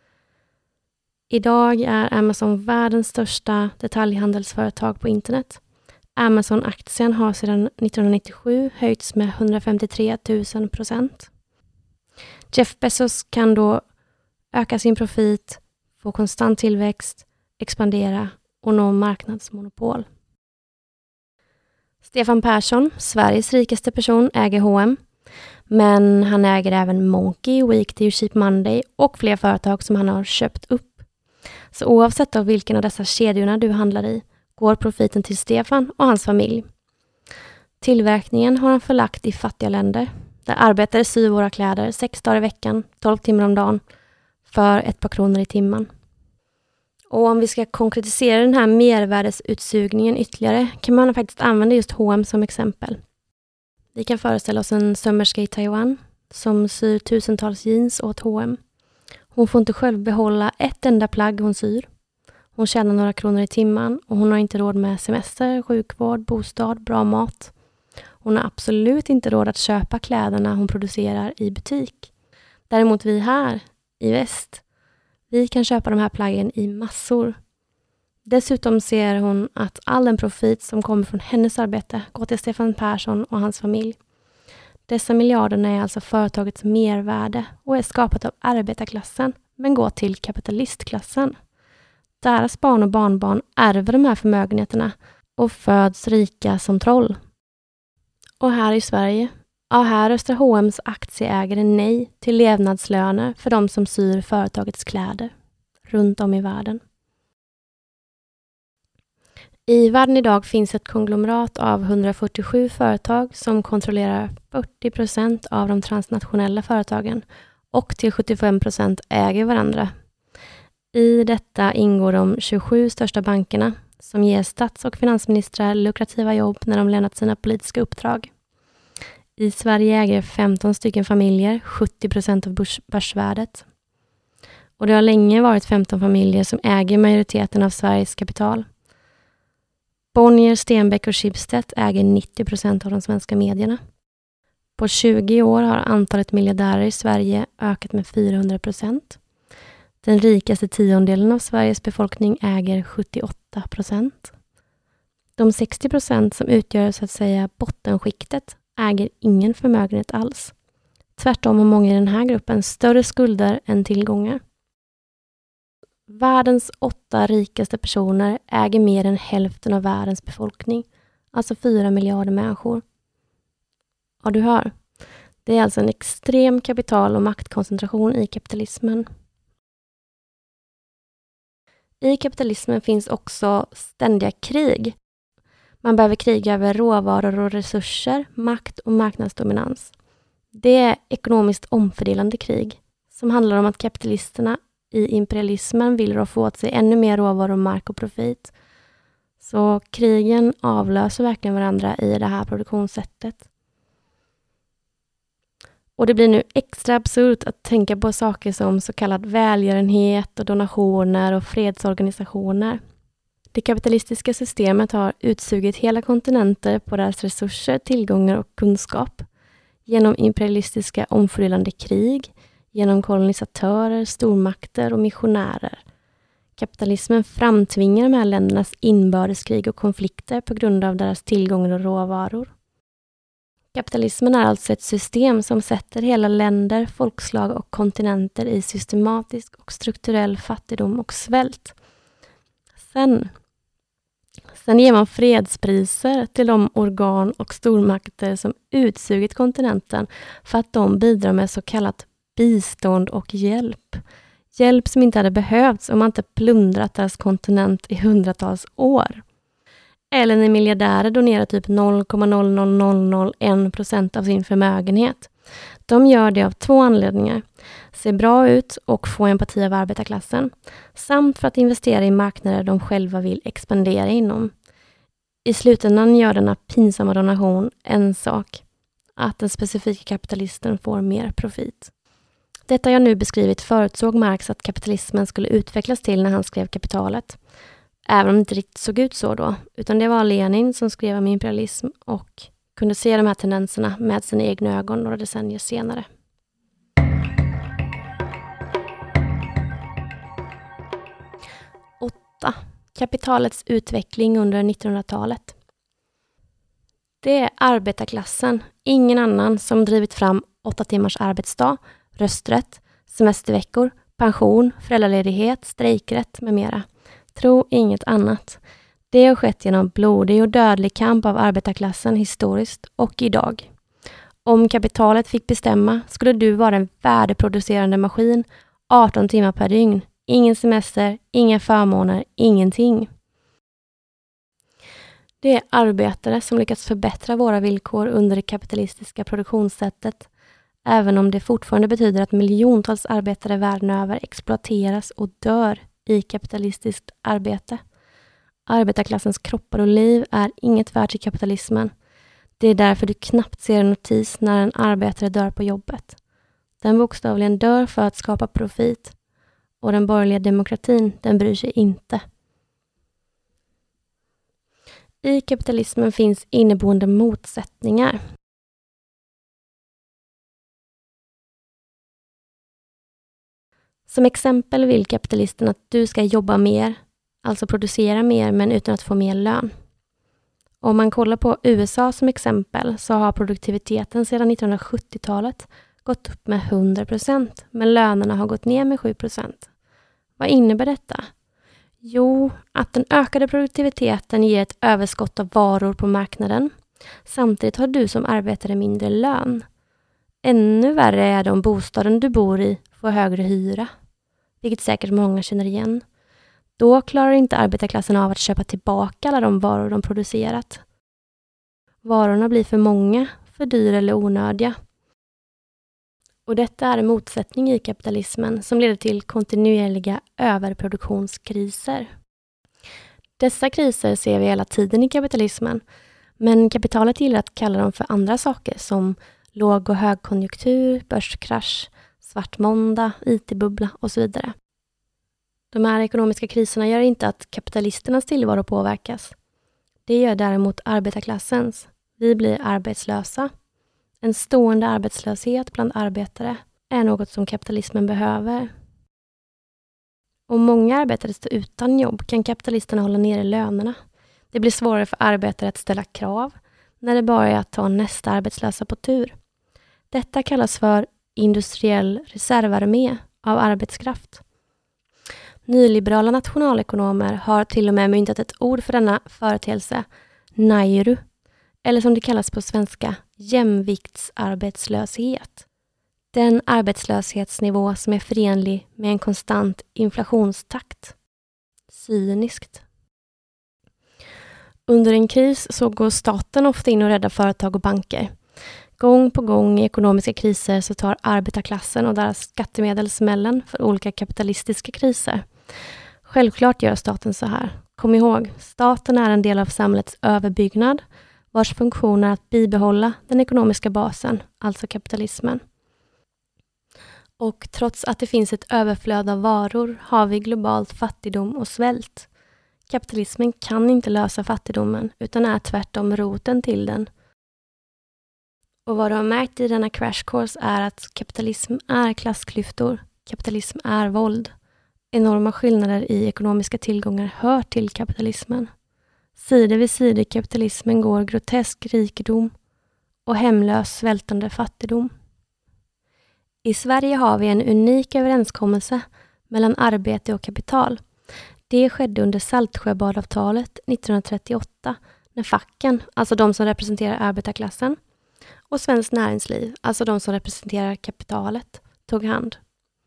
Idag är Amazon världens största detaljhandelsföretag på internet. Amazon-aktien har sedan nittonhundranittiosju höjts med hundrafemtiotre tusen procent. Jeff Bezos kan då öka sin profit, få konstant tillväxt, expandera och nå marknadsmonopol. Stefan Persson, Sveriges rikaste person, äger H och M. Men han äger även Monkey, Weekday och Cheap Monday och fler företag som han har köpt upp. Så oavsett av vilken av dessa kedjorna du handlar i går profiten till Stefan och hans familj. Tillverkningen har han förlagt i fattiga länder där arbetare syr våra kläder sex dagar i veckan, tolv timmar om dagen för ett par kronor i timmen. Och om vi ska konkretisera den här mervärdesutsugningen ytterligare kan man faktiskt använda just H och M som exempel. Vi kan föreställa oss en sömmerska i Taiwan som syr tusentals jeans åt H och M. Hon får inte själv behålla ett enda plagg hon syr. Hon tjänar några kronor i timmen och hon har inte råd med semester, sjukvård, bostad, bra mat. Hon har absolut inte råd att köpa kläderna hon producerar i butik. Däremot vi här i väst, vi kan köpa de här plaggen i massor. Dessutom ser hon att all den profit som kommer från hennes arbete går till Stefan Persson och hans familj. Dessa miljarderna är alltså företagets mervärde och är skapat av arbetarklassen men går till kapitalistklassen. Deras barn och barnbarn ärver de här förmögenheterna och föds rika som troll. Och här i Sverige, ja här röstar H och M:s aktieägare nej till levnadslöner för de som syr företagets kläder runt om i världen. I världen idag finns ett konglomerat av hundrafyrtiosju företag som kontrollerar fyrtio procent av de transnationella företagen och till sjuttiofem procent äger varandra. I detta ingår de tjugosju största bankerna som ger stats- och finansministrar lukrativa jobb när de lämnat sina politiska uppdrag. I Sverige äger femton stycken familjer sjuttio procent av börs- börsvärdet. Och det har länge varit femton familjer som äger majoriteten av Sveriges kapital. Bonnier, Stenbeck och Schibsted äger nittio procent av de svenska medierna. På tjugo år har antalet miljardärer i Sverige ökat med fyrahundra procent. Den rikaste tiondelen av Sveriges befolkning äger sjuttioåtta procent. De sextio procent som utgör så att säga bottenskiktet äger ingen förmögenhet alls. Tvärtom har många i den här gruppen större skulder än tillgångar. Världens åtta rikaste personer äger mer än hälften av världens befolkning, alltså fyra miljarder människor. Ja, du hör. Det är alltså en extrem kapital- och maktkoncentration i kapitalismen. I kapitalismen finns också ständiga krig. Man behöver kriga över råvaror och resurser, makt och marknadsdominans. Det är ekonomiskt omfördelande krig som handlar om att kapitalisterna i imperialismen vill rå få åt sig ännu mer råvaror, mark och profit. Så krigen avlöser verkligen varandra i det här produktionssättet. Och det blir nu extra absurt att tänka på saker som så kallad välgörenhet och donationer och fredsorganisationer. Det kapitalistiska systemet har utsugit hela kontinenter på deras resurser, tillgångar och kunskap. Genom imperialistiska omfördelande krig, genom kolonisatörer, stormakter och missionärer. Kapitalismen framtvingar de här ländernas inbördeskrig och konflikter på grund av deras tillgångar och råvaror. Kapitalismen är alltså ett system som sätter hela länder, folkslag och kontinenter i systematisk och strukturell fattigdom och svält. Sen, sen ger man fredspriser till de organ och stormakter som utsugit kontinenten för att de bidrar med så kallat bistånd och hjälp. Hjälp som inte hade behövts om man inte plundrat deras kontinent i hundratals år. Eller när miljardärer donerar typ noll komma noll noll noll noll en procent av sin förmögenhet. De gör det av två anledningar. Se bra ut och få empati av arbetarklassen. Samt för att investera i marknader de själva vill expandera inom. I slutändan gör denna pinsamma donation en sak. Att den specifika kapitalisten får mer profit. Detta jag nu beskrivit förutsåg Marx att kapitalismen skulle utvecklas till när han skrev Kapitalet. Även om det inte riktigt såg ut så då, utan det var Lenin som skrev om imperialism och kunde se de här tendenserna med sina egna ögon några decennier senare. åtta. Kapitalets utveckling under nittonhundratalet. Det är arbetarklassen, ingen annan, som drivit fram åtta timmars arbetsdag, rösträtt, semesterveckor, pension, föräldraledighet, strejkrätt med mera. Tro inget annat. Det har skett genom blodig och dödlig kamp av arbetarklassen historiskt och idag. Om kapitalet fick bestämma skulle du vara en värdeproducerande maskin arton timmar per dygn. Ingen semester, inga förmåner, ingenting. Det är arbetare som lyckats förbättra våra villkor under det kapitalistiska produktionssättet, även om det fortfarande betyder att miljontals arbetare världen över exploateras och dör i kapitalistiskt arbete. Arbetarklassens kroppar och liv är inget värt i kapitalismen. Det är därför du knappt ser en notis när en arbetare dör på jobbet. Den bokstavligen dör för att skapa profit. Och den borgerliga demokratin, den bryr sig inte. I kapitalismen finns inneboende motsättningar. Som exempel vill kapitalisten att du ska jobba mer, alltså producera mer men utan att få mer lön. Om man kollar på U S A som exempel så har produktiviteten sedan nittonhundrasjuttiotalet gått upp med hundra procent men lönerna har gått ner med sju procent. Vad innebär detta? Jo, att den ökade produktiviteten ger ett överskott av varor på marknaden. Samtidigt har du som arbetare mindre lön. Ännu värre är det om bostaden du bor i får högre hyra, vilket säkert många känner igen. Då klarar inte arbetarklassen av att köpa tillbaka alla de varor de producerat. Varorna blir för många, för dyra eller onödiga. Och detta är en motsättning i kapitalismen som leder till kontinuerliga överproduktionskriser. Dessa kriser ser vi hela tiden i kapitalismen, men kapitalet gillar att kalla dem för andra saker som låg- och högkonjunktur, börskrasch, svart måndag, I T-bubbla och så vidare. De här ekonomiska kriserna gör inte att kapitalisternas tillvaro påverkas. Det gör däremot arbetarklassens. Vi blir arbetslösa. En stående arbetslöshet bland arbetare är något som kapitalismen behöver. Om många arbetare står utan jobb kan kapitalisterna hålla nere lönerna. Det blir svårare för arbetare att ställa krav när det bara är att ta nästa arbetslösa på tur. Detta kallas för industriell reservarmé av arbetskraft. Nyliberala nationalekonomer har till och med myntat ett ord för denna företeelse, nairu, eller som det kallas på svenska, jämviktsarbetslöshet. Den arbetslöshetsnivå som är förenlig med en konstant inflationstakt. Cyniskt. Under en kris så går staten ofta in och räddar företag och banker. Gång på gång i ekonomiska kriser så tar arbetarklassen och deras skattemedel smällen för olika kapitalistiska kriser. Självklart gör staten så här. Kom ihåg, staten är en del av samhällets överbyggnad vars funktion är att bibehålla den ekonomiska basen, alltså kapitalismen. Och trots att det finns ett överflöd av varor har vi globalt fattigdom och svält. Kapitalismen kan inte lösa fattigdomen utan är tvärtom roten till den. Och vad du har märkt i denna crash course är att kapitalism är klassklyftor, kapitalism är våld. Enorma skillnader i ekonomiska tillgångar hör till kapitalismen. Sida vid sida i kapitalismen går grotesk rikedom och hemlös svältande fattigdom. I Sverige har vi en unik överenskommelse mellan arbete och kapital. Det skedde under Saltsjöbadavtalet nittonhundratrettioåtta när facken, alltså de som representerar arbetarklassen, och svenskt näringsliv, alltså de som representerar kapitalet, tog hand.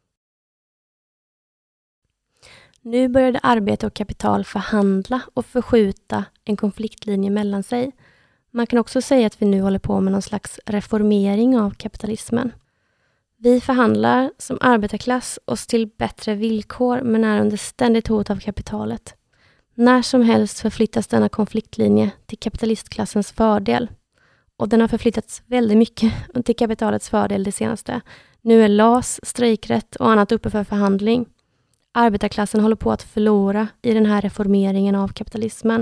Nu började arbete och kapital förhandla och förskjuta en konfliktlinje mellan sig. Man kan också säga att vi nu håller på med någon slags reformering av kapitalismen. Vi förhandlar som arbetarklass oss till bättre villkor men är under ständigt hot av kapitalet. När som helst förflyttas denna konfliktlinje till kapitalistklassens fördel. Och den har förflyttats väldigt mycket till kapitalets fördel det senaste. Nu är L A S, strejkrätt och annat uppe för förhandling. Arbetarklassen håller på att förlora i den här reformeringen av kapitalismen.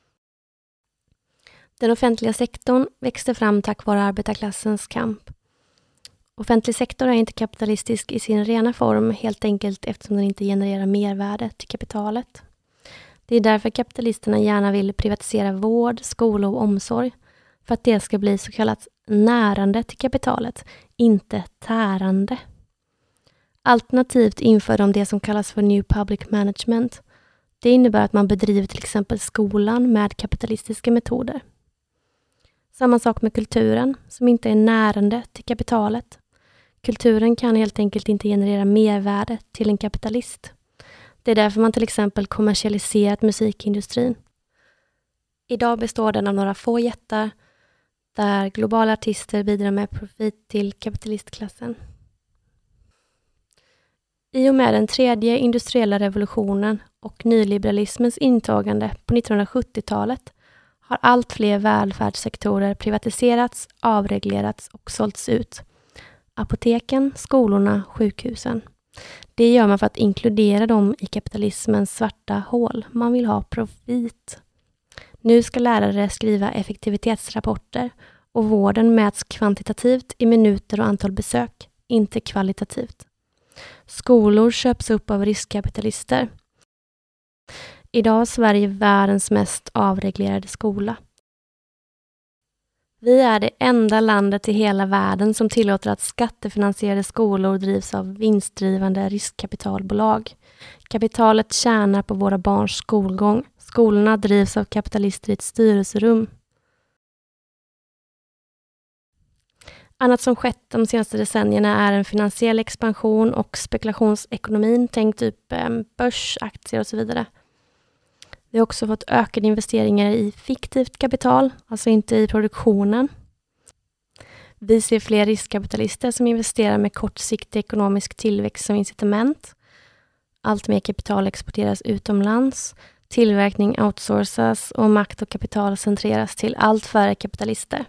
Den offentliga sektorn växte fram tack vare arbetarklassens kamp. Offentlig sektor är inte kapitalistisk i sin rena form helt enkelt eftersom den inte genererar mervärde till kapitalet. Det är därför kapitalisterna gärna vill privatisera vård, skola och omsorg för att det ska bli så kallat närande till kapitalet, inte tärande. Alternativt inför de det som kallas för New Public Management. Det innebär att man bedriver till exempel skolan med kapitalistiska metoder. Samma sak med kulturen, som inte är närande till kapitalet. Kulturen kan helt enkelt inte generera mervärde till en kapitalist. Det är därför man till exempel kommersialiserat musikindustrin. Idag består den av några få jättar där globala artister bidrar med profit till kapitalistklassen. I och med den tredje industriella revolutionen och nyliberalismens intagande på nittonhundrasjuttiotalet har allt fler välfärdssektorer privatiserats, avreglerats och sålts ut. Apoteken, skolorna, sjukhusen. Det gör man för att inkludera dem i kapitalismens svarta hål. Man vill ha profit. Nu ska lärare skriva effektivitetsrapporter och vården mäts kvantitativt i minuter och antal besök, inte kvalitativt. Skolor köps upp av riskkapitalister. Idag har Sverige världens mest avreglerade skola. Vi är det enda landet i hela världen som tillåter att skattefinansierade skolor drivs av vinstdrivande riskkapitalbolag. Kapitalet tjänar på våra barns skolgång. Skolorna drivs av kapitalister i ett styrelserum. Annat som skett de senaste decennierna är en finansiell expansion och spekulationsekonomin, tänk typ börs, aktier och så vidare. Vi har också fått ökade investeringar i fiktivt kapital, alltså inte i produktionen. Vi ser fler riskkapitalister som investerar med kortsiktig ekonomisk tillväxt som incitament. Allt mer kapital exporteras utomlands, tillverkning outsourcas och makt och kapital centreras till allt färre kapitalister.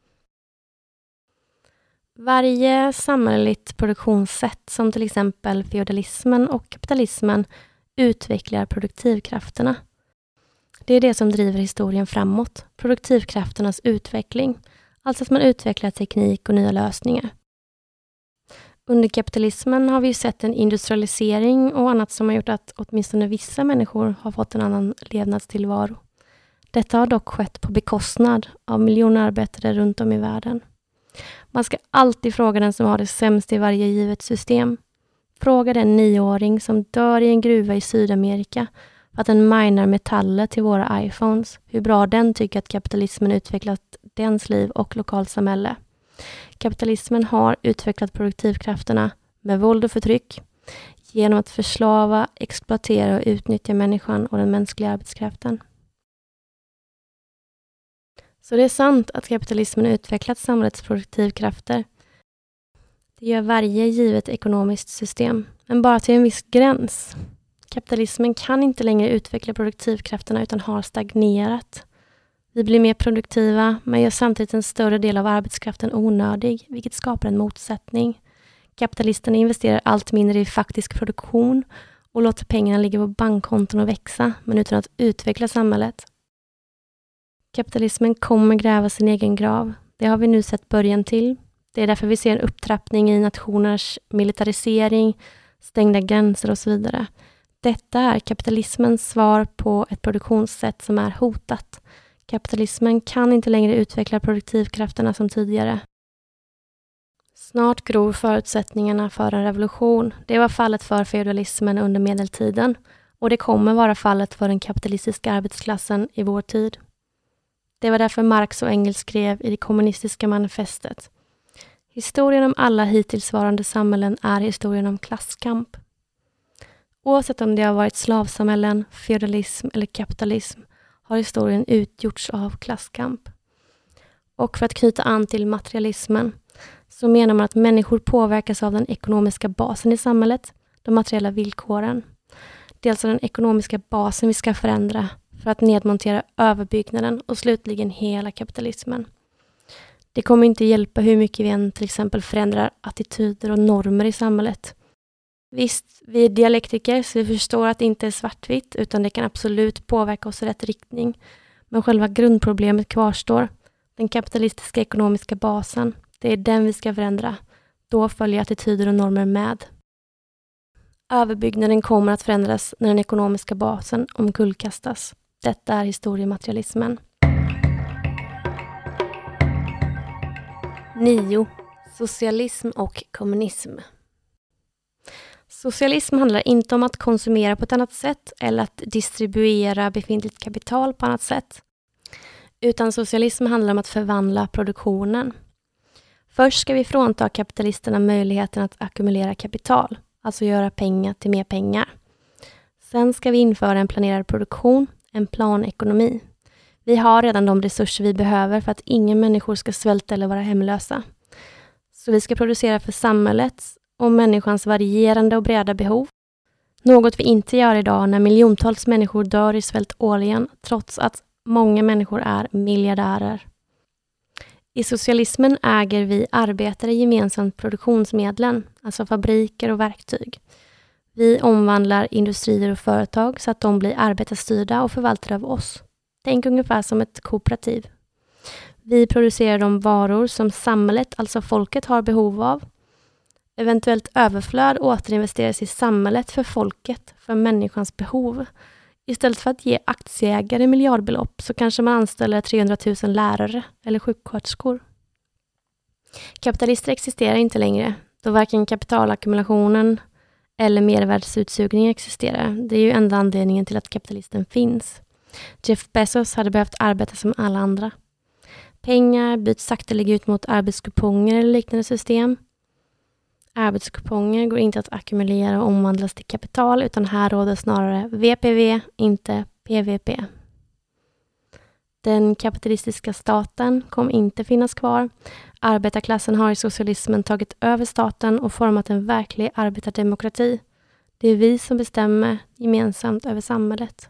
Varje samhälleligt produktionssätt som till exempel feodalismen och kapitalismen utvecklar produktivkrafterna. Det är det som driver historien framåt, produktivkrafternas utveckling, alltså att man utvecklar teknik och nya lösningar. Under kapitalismen har vi sett en industrialisering och annat som har gjort att åtminstone vissa människor har fått en annan levnadstillvaro. Detta har dock skett på bekostnad av miljoner arbetare runt om i världen. Man ska alltid fråga den som har det sämst i varje givet system. Fråga den nioåring som dör i en gruva i Sydamerika för att den minar metaller till våra iPhones, hur bra den tycker att kapitalismen utvecklat dens liv och lokalsamhälle. Kapitalismen har utvecklat produktivkrafterna med våld och förtryck genom att förslava, exploatera och utnyttja människan och den mänskliga arbetskraften. Så det är sant att kapitalismen utvecklat samhällets produktivkrafter. Det gör varje givet ekonomiskt system, men bara till en viss gräns. Kapitalismen kan inte längre utveckla produktivkrafterna utan har stagnerat. Vi blir mer produktiva men gör samtidigt en större del av arbetskraften onödig, vilket skapar en motsättning. Kapitalisterna investerar allt mindre i faktisk produktion och låter pengarna ligga på bankkonton och växa, men utan att utveckla samhället. Kapitalismen kommer gräva sin egen grav. Det har vi nu sett början till. Det är därför vi ser en upptrappning i nationers militarisering, stängda gränser och så vidare. Detta är kapitalismens svar på ett produktionssätt som är hotat. Kapitalismen kan inte längre utveckla produktivkrafterna som tidigare. Snart gror förutsättningarna för en revolution. Det var fallet för feodalismen under medeltiden och det kommer vara fallet för den kapitalistiska arbetsklassen i vår tid. Det var därför Marx och Engels skrev i det kommunistiska manifestet: historien om alla hittillsvarande samhällen är historien om klasskamp. Oavsett om det har varit slavsamhällen, feodalism eller kapitalism har historien utgjorts av klasskamp. Och för att knyta an till materialismen så menar man att människor påverkas av den ekonomiska basen i samhället, de materiella villkoren. Det är alltså den ekonomiska basen vi ska förändra för att nedmontera överbyggnaden och slutligen hela kapitalismen. Det kommer inte hjälpa hur mycket vi än till exempel förändrar attityder och normer i samhället. Visst, vi är dialektiker så vi förstår att det inte är svartvitt utan det kan absolut påverka oss i rätt riktning. Men själva grundproblemet kvarstår. Den kapitalistiska ekonomiska basen, det är den vi ska förändra. Då följer attityder och normer med. Överbyggnaden kommer att förändras när den ekonomiska basen omkullkastas. Detta är historiematerialismen. nio. Socialism och kommunism. Socialism handlar inte om att konsumera på ett annat sätt eller att distribuera befintligt kapital på annat sätt. Utan socialism handlar om att förvandla produktionen. Först ska vi frånta kapitalisterna möjligheten att ackumulera kapital, alltså göra pengar till mer pengar. Sen ska vi införa en planerad produktion, en planekonomi. Vi har redan de resurser vi behöver för att ingen människor ska svälta eller vara hemlösa. Så vi ska producera för samhällets och människans varierande och breda behov. Något vi inte gör idag när miljontals människor dör i svält årligen, trots att många människor är miljardärer. I socialismen äger vi arbetare gemensamt produktionsmedlen, alltså fabriker och verktyg. Vi omvandlar industrier och företag så att de blir arbetarstyrda och förvaltade av oss. Tänk ungefär som ett kooperativ. Vi producerar de varor som samhället, alltså folket, har behov av. Eventuellt överflöd återinvesteras i samhället för folket, för människans behov. Istället för att ge aktieägare miljardbelopp så kanske man anställer trehundratusen lärare eller sjuksköterskor. Kapitalister existerar inte längre, då varken kapitalackumulationen eller mervärdsutsugning existerar. Det är ju enda anledningen till att kapitalisten finns. Jeff Bezos hade behövt arbeta som alla andra. Pengar byts sakteliga ut mot arbetskuponger eller liknande system. Arbetskuponger går inte att ackumulera och omvandlas till kapital, utan här råder snarare V P V, inte P V P. Den kapitalistiska staten kommer inte finnas kvar. Arbetarklassen har i socialismen tagit över staten och format en verklig arbetardemokrati. Det är vi som bestämmer gemensamt över samhället.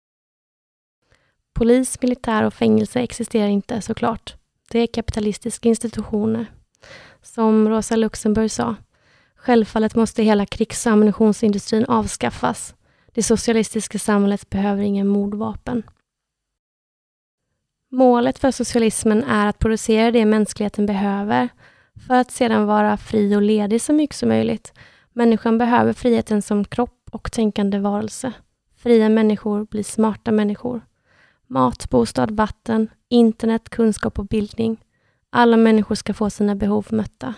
Polis, militär och fängelse existerar inte, såklart. Det är kapitalistiska institutioner. Som Rosa Luxemburg sa, självfallet måste hela krigs- och ammunitionsindustrin avskaffas. Det socialistiska samhället behöver ingen mordvapen. Målet för socialismen är att producera det mänskligheten behöver för att sedan vara fri och ledig så mycket som möjligt. Människan behöver friheten som kropp och tänkande varelse. Fria människor blir smarta människor. Mat, bostad, vatten, internet, kunskap och bildning. Alla människor ska få sina behov mötta.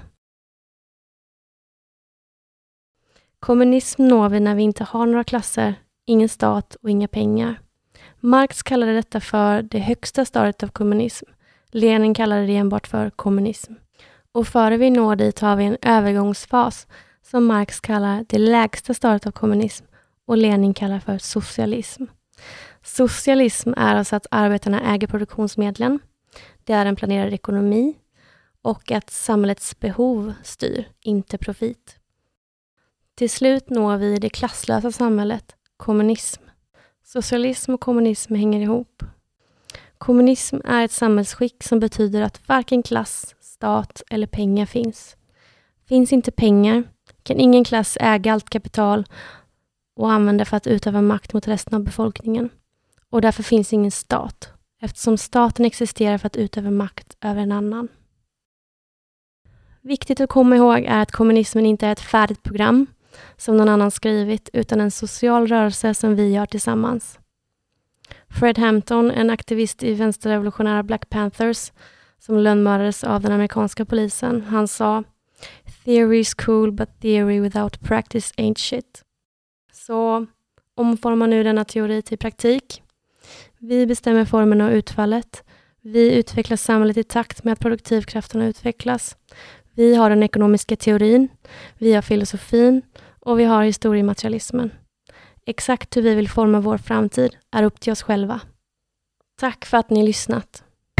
Kommunism når vi när vi inte har några klasser, ingen stat och inga pengar. Marx kallade detta för det högsta stadiet av kommunism. Lenin kallade det enbart för kommunism. Och före vi når dit har vi en övergångsfas som Marx kallar det lägsta stadiet av kommunism och Lenin kallar för socialism. Socialism är alltså att arbetarna äger produktionsmedlen. Det är en planerad ekonomi och att samhällets behov styr, inte profit. Till slut når vi det klasslösa samhället, kommunism. Socialism och kommunism hänger ihop. Kommunism är ett samhällsskick som betyder att varken klass, stat eller pengar finns. Finns inte pengar kan ingen klass äga allt kapital och använda för att utöva makt mot resten av befolkningen. Och därför finns ingen stat, eftersom staten existerar för att utöva makt över en annan. Viktigt att komma ihåg är att kommunismen inte är ett färdigt program som någon annan skrivit, utan en social rörelse som vi gör tillsammans. Fred Hampton, en aktivist i vänsterrevolutionära Black Panthers som lönnmördades av den amerikanska polisen, han sa: "Theory is cool, but theory without practice ain't shit." Så omforma nu denna teori till praktik. Vi bestämmer formen och utfallet. Vi utvecklar samhället i takt med att produktivkrafterna utvecklas. Vi har den ekonomiska teorin, vi har filosofin och vi har historiematerialismen. Exakt hur vi vill forma vår framtid är upp till oss själva. Tack för att ni lyssnat.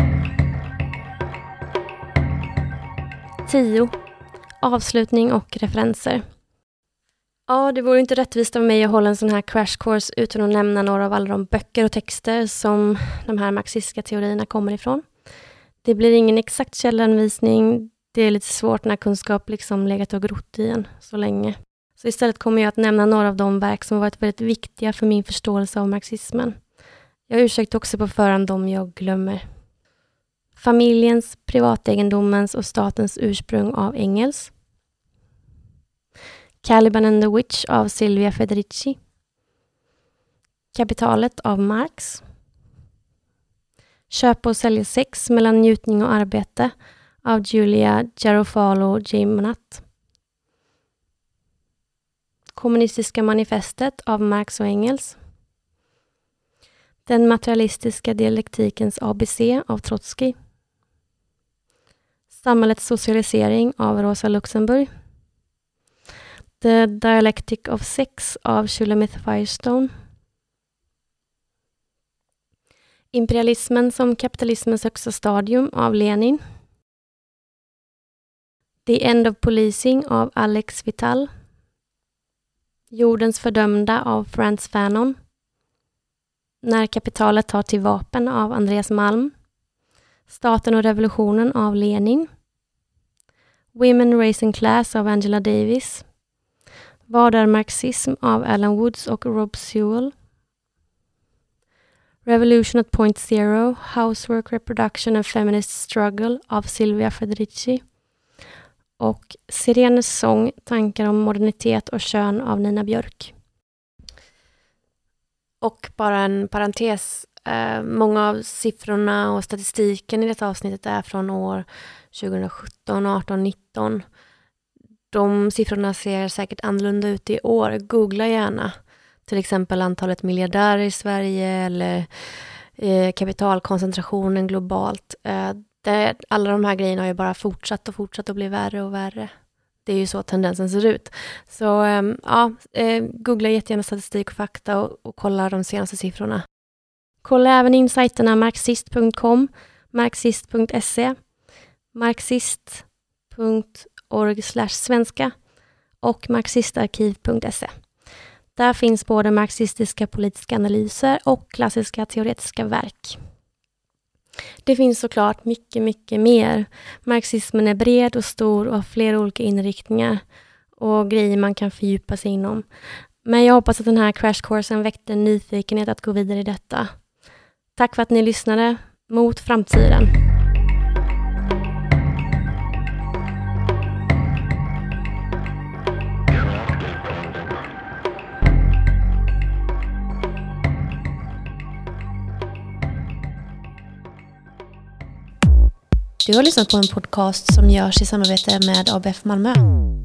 tio. Avslutning och referenser. Ja, det vore inte rättvist av mig att hålla en sån här crash course utan att nämna några av alla de böcker och texter som de här marxistiska teorierna kommer ifrån. Det blir ingen exakt källanvisning. Det är lite svårt när kunskap liksom legat och grott i en så länge. Så istället kommer jag att nämna några av de verk som varit väldigt viktiga för min förståelse av marxismen. Jag ursäktar också på förhand om jag glömmer. Familjens, privategendomens och statens ursprung av Engels. Caliban and the Witch av Silvia Federici. Kapitalet av Marx. Köpa och sälja sex mellan njutning och arbete av Julia Garofalo Gimonat. Kommunistiska manifestet av Marx och Engels. Den materialistiska dialektikens A B C av Trotsky. Samhällets socialisering av Rosa Luxemburg. The Dialectic of Sex av Shulamith Firestone. Imperialismen som kapitalismens högsta stadium av Lenin. The End of Policing av Alex Vital. Jordens fördömda av Frantz Fanon. När kapitalet tar till vapen av Andreas Malm. Staten och revolutionen av Lenin. Women, Race and Class av Angela Davis. Vad är marxism av Alan Woods och Rob Sewell. Revolution at Point Zero, Housework, Reproduction and Feminist Struggle av Silvia Federici. Och Sirenes sång, tankar om modernitet och kön av Nina Björk. Och bara en parentes, eh, många av siffrorna och statistiken i detta avsnittet är från år tjugosjutton, arton, nitton. De siffrorna ser säkert annorlunda ut i år. Googla gärna. Till exempel antalet miljardärer i Sverige eller eh, kapitalkoncentrationen globalt. Eh, det, alla de här grejerna har ju bara fortsatt och fortsatt att bli värre och värre. Det är ju så tendensen ser ut. Så eh, ja, eh, googla jättegärna statistik och fakta och, och kolla de senaste siffrorna. Kolla även in sajterna marxist punkt com, marxist punkt se, marxist punkt org slash svenska och marxistarkiv punkt se. Där finns både marxistiska politiska analyser och klassiska teoretiska verk. Det finns såklart mycket, mycket mer. Marxismen är bred och stor och har flera olika inriktningar och grejer man kan fördjupa sig inom. Men jag hoppas att den här crashkursen väckte en nyfikenhet att gå vidare i detta. Tack för att ni lyssnade. Mot framtiden. Du har lyssnat på en podcast som görs i samarbete med A B F Malmö.